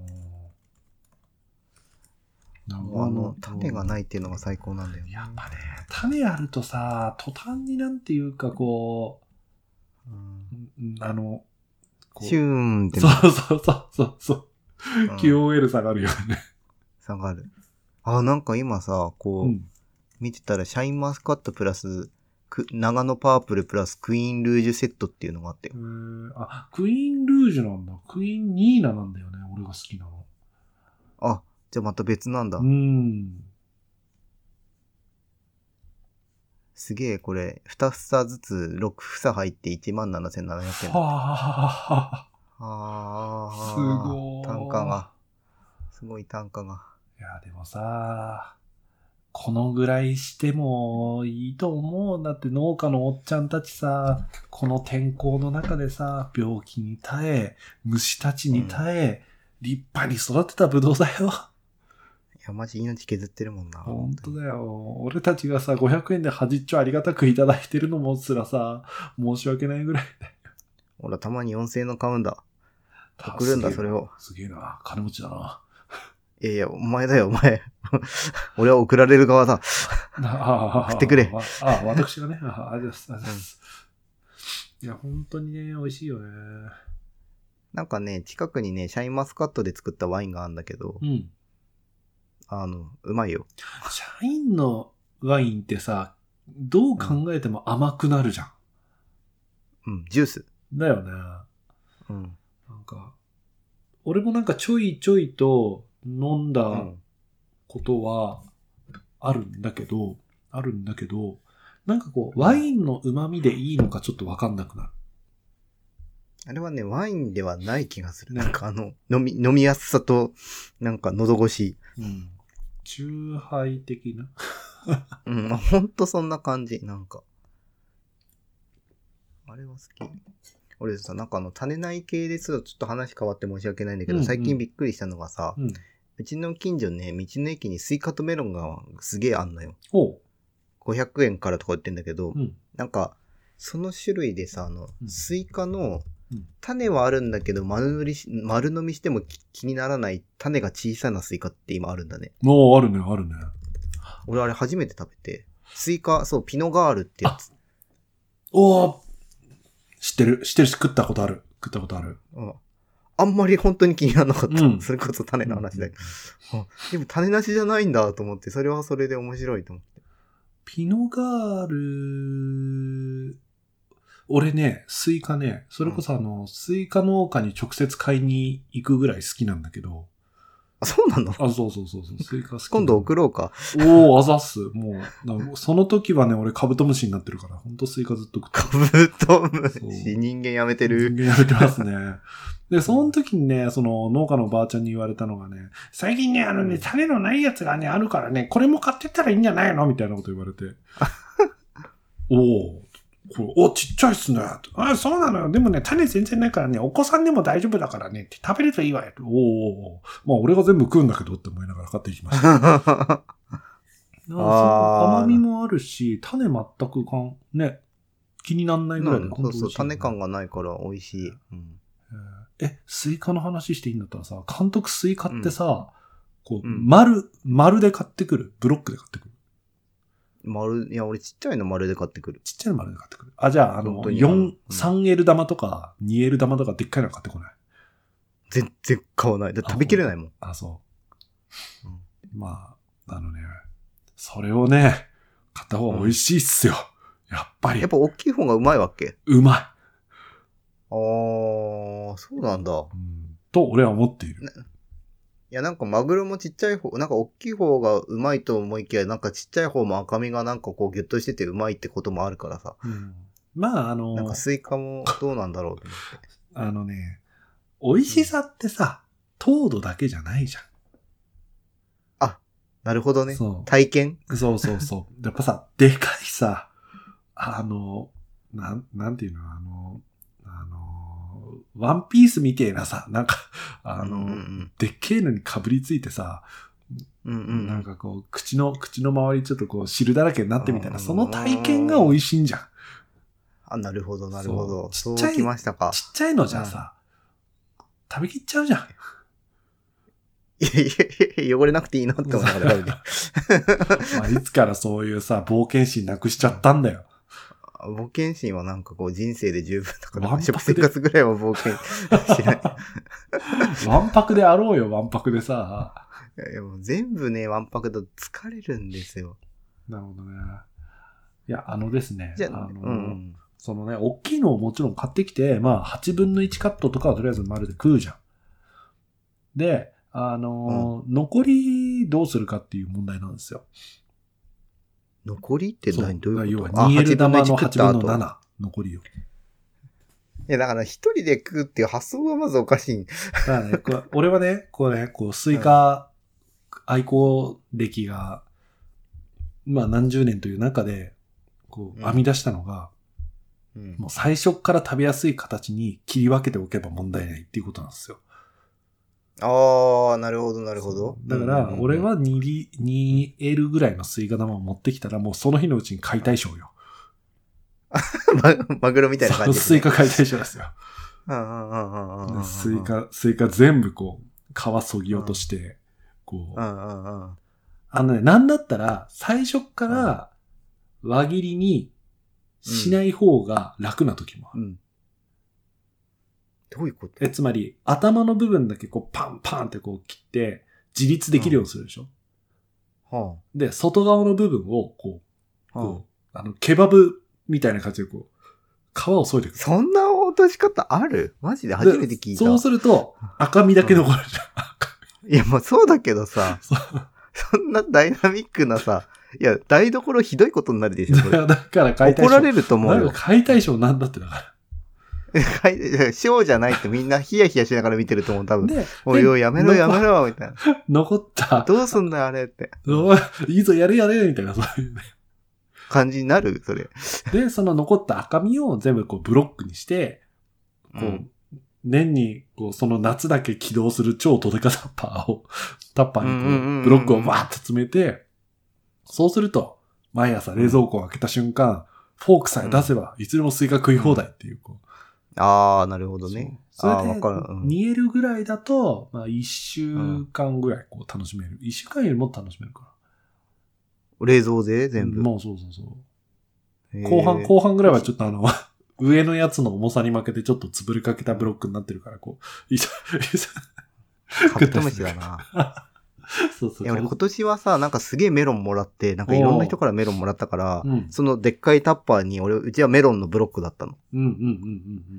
な。あの、種がないっていうのが最高なんだよね。 やっぱね、種あるとさ、途端になんていうかこう、うん、あの、 シューンって。 そうそうそうそうそう、うん、キューオーエル 下がるよね。 下がる。あ、なんか今さ、こう、うん、見てたらシャインマスカットプラスく長野パープルプラスクイーンルージュセットっていうのがあって。 えー、あ、クイーンルージュなんだ。クイーンニーナなんだよね。俺が好きなの。 あ、じゃあまた別なんだ。 うん。 すげえ、これ、に房ずつろく房入って いちまんななせんななひゃくえん。 はあ。 あー。 すごー。 単価が。すごい単価が。 いや、でもさ、このぐらいしてもいいと思う。だって農家のおっちゃんたちさ、この天候の中でさ、病気に耐え、虫たちに耐え、うん、立派に育てたブドウだよ。 いや、マジ命削ってるもんな。 本当だよ。俺たちがさ、ごひゃくえんで端っちょありがたくいただいてるのもすらさ、申し訳ないぐらいだよ。 俺はたまによんせんえんの買うんだ。送るんだ、それを。 すげえな。金持ちだな。 いやいや、お前だよ、お前。俺は送られる側だ。送ってくれ。 ああ、私がね。ああ、ありがとうございます。いや、本当にね、美味しいよね。 なんかね、近くにね、シャインマスカットで作ったワインがあるんだけど、 うん。 あの、うまいよ。 シャインのワインってさ、どう考えても甘くなるじゃん。 うん、うん、ジュース。 だよね。 うん。 なんか、俺もなんかちょいちょいと飲んだことはあるんだけど、うん、あるんだけど、なんかこう、ワインの旨味でいいのかちょっとわかんなくなる。 あれはね、ワインではない気がする。なんかあの、飲み、飲みやすさと、なんか喉越し。 うん。酎ハイ的なうん、ほんとそんな感じ。なんか。あれは好き。俺さ、なんかあの、種ない系ですとちょっと話変わって申し訳ないんだけど、うんうん、最近びっくりしたのがさ、うん、うちの近所ね、道の駅にスイカとメロンがすげえあんのよ。ごひゃくえんからとか言ってんだけど、うん、なんか、その種類でさ、あの、うん、スイカの、種はあるんだけど、丸塗りし、丸飲みしても気にならない種が小さなスイカって今あるんだね。 おー、あるね、あるね。 俺あれ初めて食べて、スイカ、そう、ピノガールってやつ。 おー、知ってる、知ってるし食ったことある。食ったことある。 うん。あんまり本当に気にならなかった。うん、それこそ種の話だけど、うん。でも種なしじゃないんだと思って、それはそれで面白いと思って。 ピノガール、俺ね、スイカね、それこそあの、うん、スイカ農家に直接買いに行くぐらい好きなんだけど。 あ、そうなの？ あ、そうそうそうそう、スイカ好き。 今度送ろうか。 おー、あざっす。もう、その時はね、俺カブトムシになってるから、ほんとスイカずっと食ってる。カブトムシ、人間やめてる。 人間やめてますね。で、その時にね、その農家のばあちゃんに言われたのがね、最近ね、あのね、種のないやつがね、あるからね、これも買ってったらいいんじゃないのみたいなこと言われて。おー。お、ちっちゃいっすね。あ、そうなのよ。でもね、種全然ないからね、お子さんでも大丈夫だからね、食べれるといいわよ。おお、まあ俺が全部食うんだけどって思いながら買っていきました。あ甘みもあるし、種全くかん、ね、気になんないぐらいで、 うん、そうそう、種感がないから美味しい。うん、 え、スイカの話していいんだったらさ、監督スイカってさ、うん、こう、うん、丸、丸で買ってくる。ブロックで買ってくる。 丸、いや、俺ちっちゃいの丸で買ってくる。 ちっちゃいの丸で買ってくる。あ、じゃあ、あの、よん、さんエル 玉とか、にエル 玉とかでっかいの買ってこない。 全然買わない。だって食べきれないもん。 あ、そう。うん、まあ、あのね、それをね、買った方が美味しいっすよ。うん、やっぱり。 やっぱ大きい方がうまいわけ？ うまい。 あー、そうなんだ。うん、 と、俺は思っている。ね、 いや、なんかマグロもちっちゃい方、なんか大きい方がうまいと思いきや、なんかちっちゃい方も赤身がなんかこうギュッとしててうまいってこともあるからさ。うん、まあ、あのー、なんかスイカもどうなんだろうと思って。 あのね、美味しさってさ、うん、糖度だけじゃないじゃん。 あ、なるほどね。体験？ そうそうそう。やっぱさ、でかいさ、あの、なん、なんていうの、あの、あの、ワンピースみてえなさ、なんか、あの、うんうん、でっけえのにかぶりついてさ、うんうん、なんかこう、口の、口の周りちょっとこう、汁だらけになってみたいな、その体験が美味しいんじゃん。 あ、なるほど、なるほど。そうちっちゃい、そうきましたか。 ちっちゃいのじゃさ、うん、食べきっちゃうじゃん。 いやいやいや、汚れなくていいなって思いながら食べて。 まあいつからそういうさ、冒険心なくしちゃったんだよ。 冒険心はなんかこう人生で十分だから、食生活ぐらいは冒険しない。 わんぱくであろうよ、わんぱくでさ。 いやいやもう全部ね、わんぱくだと疲れるんですよ。 なるほどね。 いや、あのですね。 じゃあ、 あの、 うん。 そのね、大きいのをもちろん買ってきて、まあ、はちぶんのいちカットとかはとりあえず丸で食うじゃん。で、あの、うん、残りどうするかっていう問題なんですよ。 残りって何どういうこと？ 要は にエル 玉のはちぶんのなな、残りを。 いや、だから一人で食うっていう発想がまずおかしい。 だからね、これ俺はね、こうね、こう、スイカ愛好歴が、まあ何十年という中で、こう、編み出したのが、うん、もう最初から食べやすい形に切り分けておけば問題ないっていうことなんですよ。 ああ、なるほど、なるほど。 だから、俺は にエル ぐらいのスイカ玉を持ってきたら、もうその日のうちに解体ショーよ。 マグロみたいな感じで、ね。 スイカ解体ショーですよ。 スイカ、スイカ全部こう、皮そぎ落として、こう。あのね、なんだったら、最初から輪切りにしない方が楽な時もある。うんうん、 どういうこと？ え、つまり、頭の部分だけこう、パンパンってこう切って、自立できるようにするでしょ、うんはあ、で、外側の部分を、こう、こう、はあ、あの、ケバブみたいな感じでこう、皮を削いでいく。 そんな落とし方ある？マジで初めて聞いた。 そうすると、赤身だけ残るじゃん。 いや、もうそうだけどさ、そんなダイナミックなさ、いや、台所ひどいことになるでしょ、それ。 だから解体ショー。 怒られると思うよ。 なんか解体ショーなんだってだから。 ショーじゃないってみんなヒヤヒヤしながら見てると思う、多分。おいおい、やめろやめろ、みたいな。 残った。 どうすんだよ、あれって。 いいぞ、やれやれ、みたいな、そういうね。 感じになるそれ。 で、その残った赤身を全部こうブロックにして、こう、うん、年にこうその夏だけ起動する超トデカタッパーを、タッパーにこうブロックをバーッと詰めて、そうすると、毎朝冷蔵庫を開けた瞬間、フォークさえ出せば、いつでもスイカ食い放題っていう。こうああ、なるほどね。 それで、にエル ぐらいだと、まあいっしゅうかんぐらいこう楽しめる。いっしゅうかんよりもっと楽しめるから。 冷蔵で全部。 もうそうそうそう。後半、後半ぐらいはちょっとあの、上のやつの重さに負けてちょっと潰れかけたブロックになってるから、こう、いいカブトムシだな。そうそう。いや、俺今年はさ、なんかすげえメロンもらって、なんかいろんな人からメロンもらったから、うん、そのでっかいタッパーに俺、うちはメロンのブロックだったの。うんうんうんうんうん。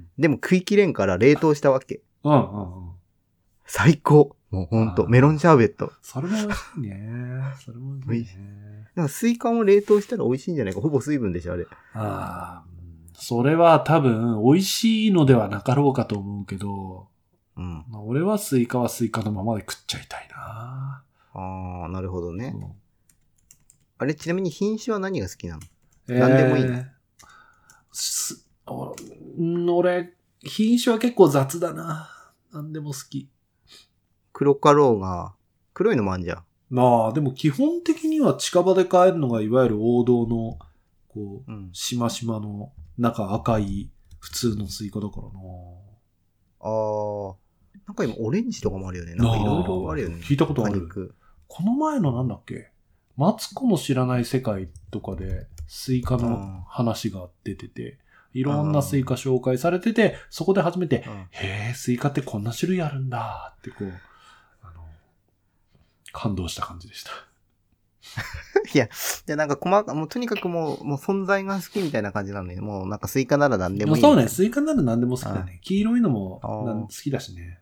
でも食い切れんから冷凍したわけ。うんうんうん。最高。もうほんと、メロンシャーベット。 それも美味しいね。それも美味しいね。 なんかスイカも冷凍したら美味しいんじゃないか。ほぼ水分でしょ、あれ。 ああ。それは多分美味しいのではなかろうかと思うけど、うん。まあ、俺はスイカはスイカのままで食っちゃいたいな。 ああ、なるほどね。あれ、ちなみに品種は何が好きなの？えー、何でもいいの？ す俺、品種は結構雑だな。何でも好き。 黒かろうが、黒いのもあんじゃん。 まあ、でも基本的には近場で買えるのがいわゆる王道の、こう、うん、しましまの中赤い普通のスイカだからな。 ああ。なんか今オレンジとかもあるよね。なんかいろいろあるよね。 聞いたことある。この前のなんだっけ、マツコの知らない世界とかでスイカの話が出てて、いろんなスイカ紹介されてて、そこで初めて、へえ、スイカってこんな種類あるんだってこう、あの、感動した感じでした。 いや、じゃなんか細か、もうとにかくもう、もう存在が好きみたいな感じなんで、もうなんかスイカなら何でもいい。 そうね、スイカなら何でも好きだね。黄色いのも好きだしね。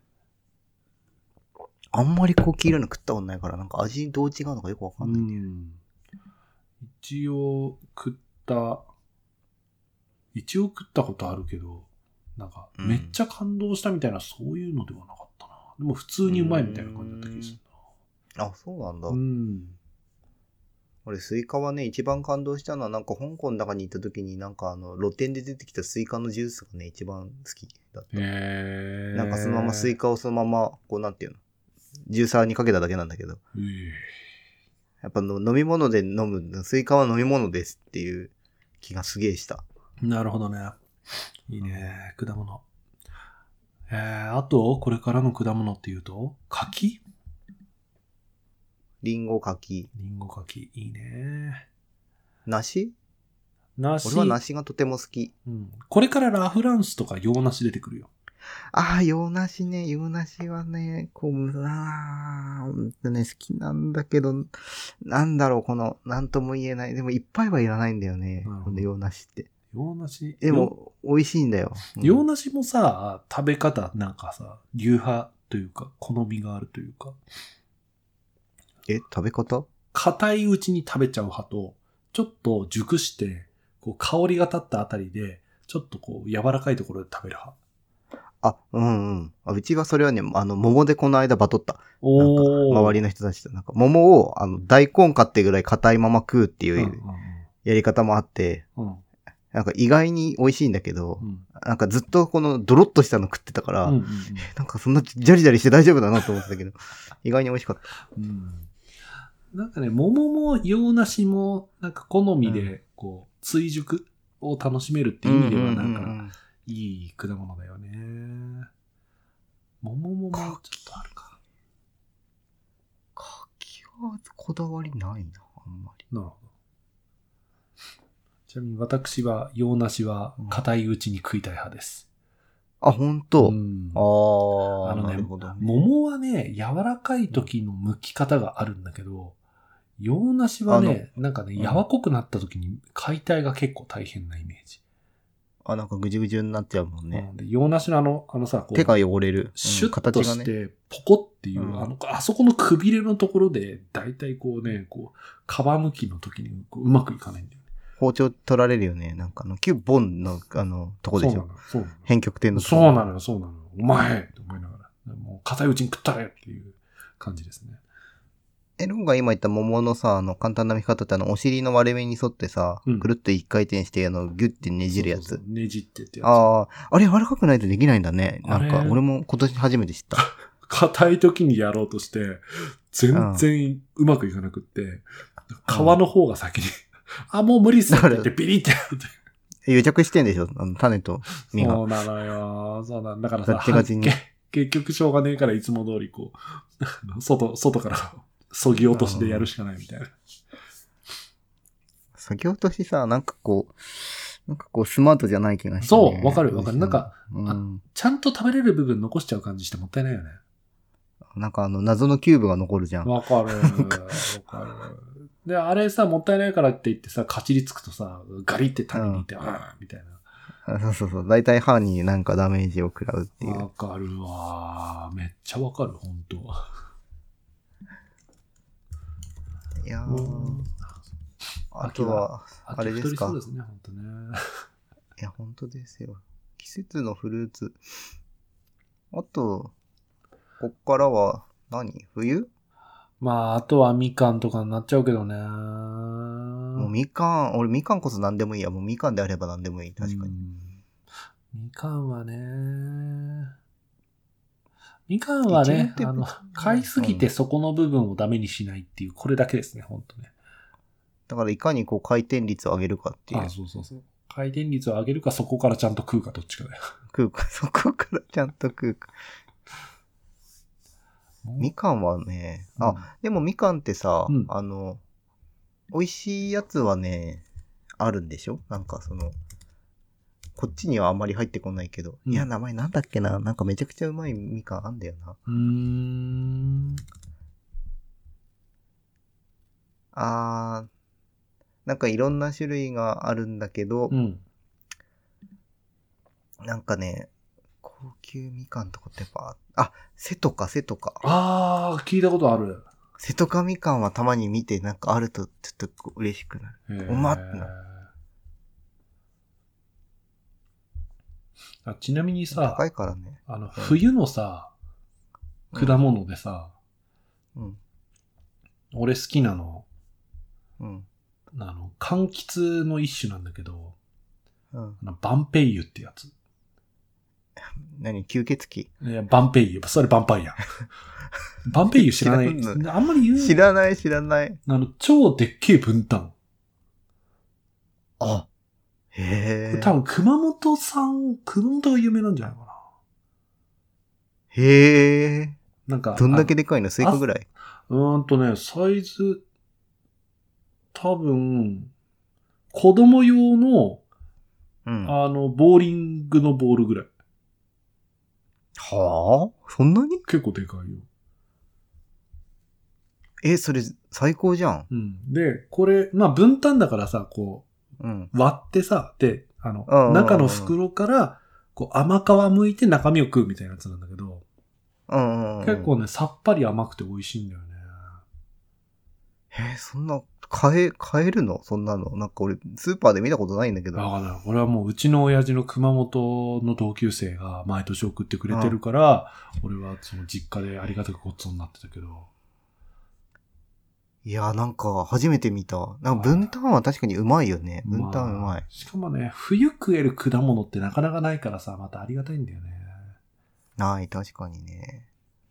あんまりこう黄色いの食ったことないから、なんか味どう違うのかよくわかんないんだよね。うん、 一応食った、一応食ったことあるけど、なんかめっちゃ感動したみたいな、そういうのではなかったな。でも普通にうまいみたいな感じだった気がするな。あ、そうなんだ。 うん。 俺スイカはね、一番感動したのはなんか香港の中に行った時になんかあの露店で出てきたスイカのジュースがね、一番好きだった。へー。なんかそのままスイカをそのまま、こうなんていうの、ジューサーにかけただけなんだけど。やっぱの飲み物で飲む、スイカは飲み物ですっていう気がすげえした。 なるほどね。いいね、果物。えー、あと、これからの果物っていうと、柿？ リンゴ柿。 リンゴ柿、いいね。 梨？ 梨。 俺は梨がとても好き。 うん。これからラフランスとか洋梨出てくるよ。 ああ、洋梨ね、洋梨はね、こう、あーほんとね、好きなんだけど、なんだろう、この、なんとも言えない。でも、いっぱいはいらないんだよね、 なるほどこの洋梨って。 洋梨でも、美味しいんだよ。うん洋梨もさ、食べ方なんかさ、流派というか、好みがあるというか、 え、食べ方硬いうちに食べちゃう派と、ちょっと熟して、こう香りが立ったあたりで、ちょっとこう柔らかいところで食べる派。 あ、うんうん。あうちはそれはね、あの、桃でこの間バトった。なんか、 おー。 周りの人たちと、なんか、桃を、あの、大根かってぐらい硬いまま食うってうんいうやり方もあって、 うんうん。 なんか意外に美味しいんだけど、 うんなんかずっとこのドロッとしたの食ってたから、 うんうんうんなんかそんなジャリジャリして大丈夫だなと思ってたけど、意外に美味しかった。 うんなんかね、桃も洋梨も、なんか好みうで、こう、追熟を楽しめるってうん意味では、 うんうんうんなんか、いい果物だよね。桃ももうちょっとあるか。 柿はこだわりないな、あんまり。 なるほど。ちなみに私は、洋梨は硬いうちに食いたい派です。 あ、ほんと、 うんあー、 あのねなるほどね。 桃はね、柔らかい時の剥き方があるんだけど、洋梨はね、なんかね、 うん柔らかくなった時に解体が結構大変なイメージ。 あ、なんかぐじゅぐじゅになっちゃうもんね。 うんで洋梨のあの、あのさ、こう手が汚れる。 シュッと形がね。 して、ポコっていう、 うんあの、あそこのくびれのところで、だいたいこうね、こう、皮むきの時にこううまくいかないんだよね。 包丁取られるよね。なんかあの、キューボンの、あの、とこでしょ。 そうなの、そうなの。 変極点のとこ。 そうなのよ、そうなのよ。お前って思いながら。もう、硬いうちに食ったれっていう感じですね。 え、ロンが今言った桃のさ、あの、簡単な見方ってあの、お尻の割れ目に沿ってさ、 うんくるっと一回転して、あの、ギュッてねじるやつ。 そうそうそうねじってってやつ。 ああ、あれ柔らかくないとできないんだね。なんか、 あれ俺も今年初めて知った。 硬い時にやろうとして、全然うまくいかなくって、皮の方が先に、あ、もう無理っすって言ってビリってやるって。 癒着してんでしょあの、種と実が。 そうなのよ。そうなんだからさ、 ガッチガチにけ結局しょうがねえからいつも通りこう、外、外からそぎ落としでやるしかないみたいな。 先落としさ、なんかこう、なんかこうスマートじゃない気がして、ね。 そうわかるわかるなんかうん、 ちゃんと食べれる部分残しちゃう感じしてもったいないよね。 なんかあの、謎のキューブが残るじゃん。 わかる。わかる。で、あれさ、もったいないからって言ってさ、かちりつくとさ、ガリって種にいて、うん、あーみたいな。 そうそうそう。だいたい歯になんかダメージを食らうっていう。 わかるわ。めっちゃわかる、ほんと。 いやー。あとは、あれですか。 そうですね、ほんとね。 いや、ほんとですよ。季節のフルーツ。あと、こっからは何、冬？ まあ、あとはみかんとかになっちゃうけどね。 もうみかん、俺みかんこそ何でもいいや。もうみかんであれば何でもいい。確かに。 みかんはね。みかんはね、あの、買いすぎてそこの部分をダメにしないっていう、これだけですね、ほんとね。 だからいかにこう回転率を上げるかっていう。 ああ、そうそうそう。回転率を上げるか、そこからちゃんと食うか、どっちかだよ。 食うか、そこからちゃんと食うか。みかんはね、あ、うん、でもみかんってさ、うん、あの、美味しいやつはね、あるんでしょ？なんかその、こっちにはあんまり入ってこないけど。うん、いや、名前なんだっけな？なんかめちゃくちゃうまいみかんあんだよな。 うーん。 あー、なんかいろんな種類があるんだけど、 うん、 なんかね、高級みかんとかってやっぱ、あ、瀬戸か瀬戸か。 あー、聞いたことある。 瀬戸かみかんはたまに見てなんかあるとちょっと嬉しくなる。うまっってなる。 あ、ちなみにさ、 高いからね。 あの、冬のさ、うん、果物でさ、 うん、 俺好きなの、 うん、 あの、柑橘の一種なんだけど、 うん、 バンペイユってやつ。 何？吸血鬼？ いや、バンペイユ。それバンパイア。バンペイユ知らない。あんまり言う。 知らない知らない。 あの、超でっけえ分担。 あ、へえ。 多分熊本産、熊本が有名なんじゃないかな。 へえ。 なんか。 どんだけでかいの？スイカぐらい？ うーんとね、サイズ、多分、子供用の、 うん、 あの、ボーリングのボールぐらい。 はあそんなに？ 結構でかいよ。 え、それ最高じゃん。 うん。で、これ、まあ分担だからさ、こうん。 う、割ってさ、で、あの、 うんうんうん中の袋から、こう甘皮剥いて中身を食うみたいなやつなんだけど、 うんうんうん。 結構ね、さっぱり甘くて美味しいんだよね。 えーそんな、買え、買えるのそんなの。なんか俺、スーパーで見たことないんだけど。 だから、これはもううちの親父の熊本の同級生が毎年送ってくれてるから、俺はその実家でありがたくごっつぉになってたけど。 いや、なんか、初めて見た。なんか、分担は確かにうまいよね。分担うまい。 しかもね、冬食える果物ってなかなかないからさ、またありがたいんだよね。 ない、確かにね。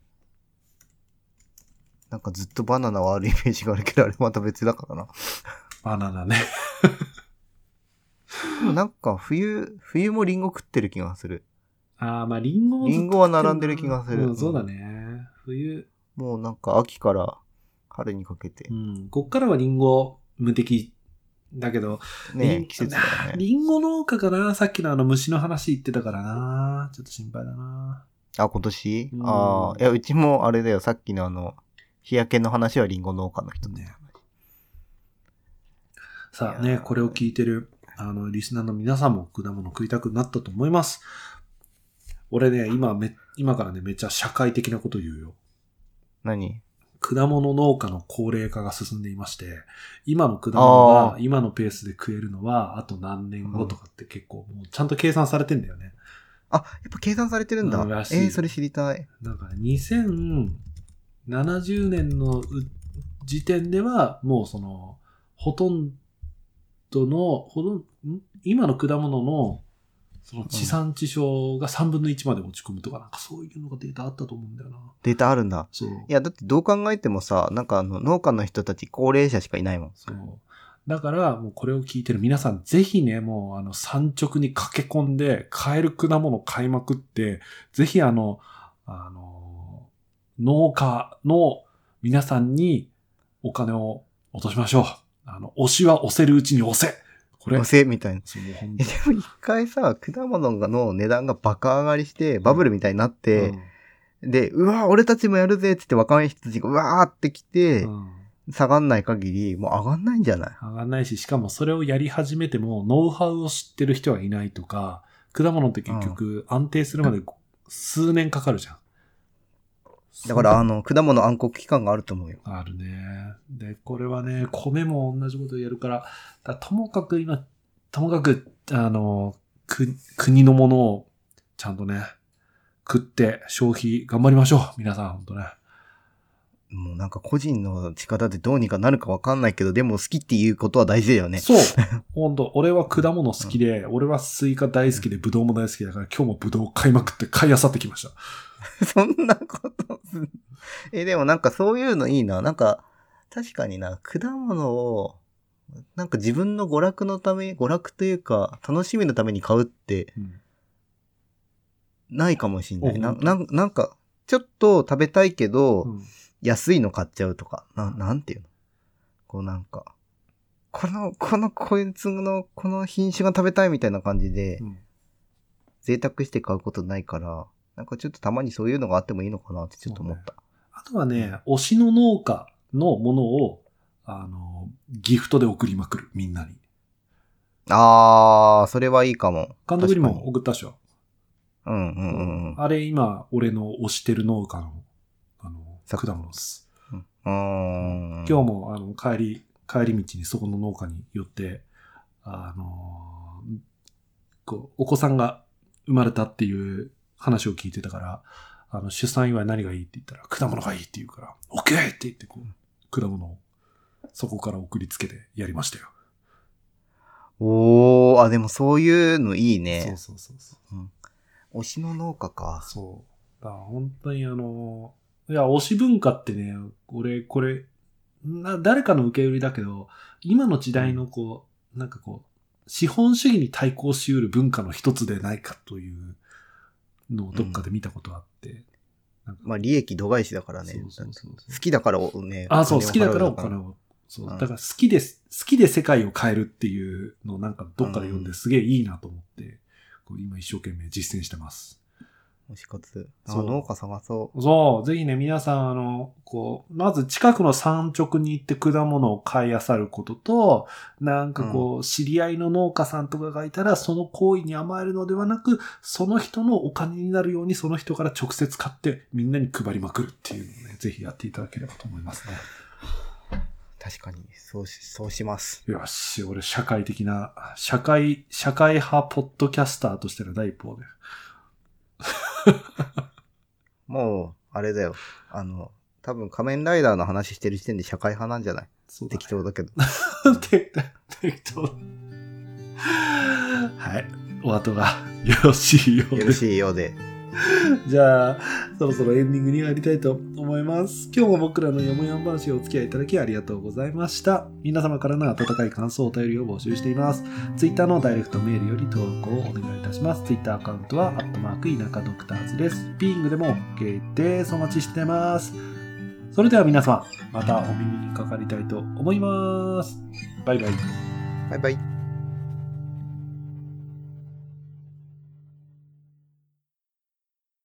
なんかずっとバナナはあるイメージがあるけど、あれまた別だからな。 バナナね。 でもなんか、冬、冬もリンゴ食ってる気がする。 ああ、まあリンゴもリンゴは並んでる気がする。 うん、そうだね。冬。 もうなんか秋から春にかけて。 うん。こっからはリンゴ無敵だけど、 ね季節だよね。 リンゴ農家かな、さっきのあの虫の話言ってたからな。ちょっと心配だな。 あ、今年、 うん、 ああ、いや、うちもあれだよ、さっきのあの、日焼けの話はリンゴ農家の人ね。 さあね、これを聞いてる、あの、リスナーの皆さんも果物食いたくなったと思います。俺ね、今め、今からね、めっちゃ社会的なこと言うよ。 何？ 果物農家の高齢化が進んでいまして、今の果物が今のペースで食えるのはあと何年後とかって結構もうちゃんと計算されてんだよね。 あ、やっぱ計算されてるんだ。うん、えー、それ知りたい。 なんかね、にせんななじゅうねんの時点ではもうその、ほとんどの、ほとん今の果物のその地産地消がさんぶんのいちまで落ち込むとか、なんかそういうのがデータあったと思うんだよな。 データあるんだ。 そう。 いや、だってどう考えてもさ、なんかあの、農家の人たち高齢者しかいないもん。 そう。だから、もうこれを聞いてる皆さん、ぜひね、もうあの、産直に駆け込んで、買える果物を買いまくって、ぜひあの、あの、農家の皆さんにお金を落としましょう。あの、押しは押せるうちに押せ。これ。 押せみたいな。 そう、もう本当に。でも一回さ、果物の値段がバカ上がりして、バブルみたいになって、うん、で、うわ、俺たちもやるぜってって若い人たちがうわーって来て、うん下がんない限り、もう上がんないんじゃない？ 上がんないし、しかもそれをやり始めても、ノウハウを知ってる人はいないとか、果物って結局安定するまで数年かかるじゃん。 だから、あの、果物暗黒期間があると思うよ。 あるね。で、これはね、米も同じことをやるから、だともかく今、ともかく、あの、く、国のものをちゃんとね、食って消費頑張りましょう。皆さん、本当ね。 もうなんか個人の力でどうにかなるかわかんないけど、でも好きっていうことは大事だよね。 そう。ほんと、俺は果物好きで、うん、俺はスイカ大好きで、ブドウも大好きだから、今日もブドウ買いまくって買い漁ってきました。 そんなことすんえ、でもなんかそういうのいいな。なんか、確かにな、果物を、なんか自分の娯楽のため、娯楽というか、楽しみのために買うって、ないかもしんない。うん、なななんか、ちょっと食べたいけど、うん安いの買っちゃうとか、な、なんていうのこうなんか、この、この、こいつの、この品種が食べたいみたいな感じで、うん、贅沢して買うことないから、なんかちょっとたまにそういうのがあってもいいのかなってちょっと思った。 ね、あとはね、推しの農家のものを、あの、ギフトで送りまくる、みんなに。 あー、それはいいかも。 監督にも送ったっしょ。 うんうんうん、うん。 あれ今、俺の推してる農家の、あの、果物です。 うん、今日もあの帰り、帰り道にそこの農家に寄って、あのー、こう、お子さんが生まれたっていう話を聞いてたから、あの、出産祝い何がいいって言ったら、果物がいいって言うから、オッケーって言ってこう、果物をそこから送りつけてやりましたよ。 おー、あ、でもそういうのいいね。 そうそうそうそう、うん。 推しの農家か。 そう。だから本当にあのー、いや、推し文化ってね、俺、これ、な、誰かの受け売りだけど、今の時代のこう、うん、なんかこう、資本主義に対抗し得る文化の一つでないかというのをどっかで見たことあって。うん、 なんかまあ、利益度外視だからね。そうそうそうそう好きだからね。 あ、そう、好きだからお金を。そう。だから好きです、好きで世界を変えるっていうのをなんかどっかで読んですげえいいなと思って、こう今一生懸命実践してます。 推し活。あ、 そう農家探そそう、ぜひね、皆さん、あの、こう、まず近くの産直に行って果物を買い漁ることと、なんかこう、知り合いの農家さんとかがいたら、その行為に甘えるのではなく、その人のお金になるように、その人から直接買って、みんなに配りまくるっていうのをね、ぜひやっていただければと思いますね。 う。確かに、そうし、そうします。 よし、俺、社会的な、社会、社会派ポッドキャスターとしての第一歩で。 もう、あれだよ。あの、多分仮面ライダーの話してる時点で社会派なんじゃない？ そうだね適当だけど。 適当。はい。お後がよろしいようで。 よろしいようで。 じゃあ、そろそろエンディングに入りたいと思います。今日も僕らのよもやん話をお付き合いいただきありがとうございました。皆様からの温かい感想、お便りを募集しています。Twitter のダイレクトメールより投稿をお願いいたします。Twitter アカウントは、アットマーク田舎ドクターズです。ピーイングでも OK です。お待ちしてます。それでは皆様、またお耳にかかりたいと思います。バイバイ。 バイバイ。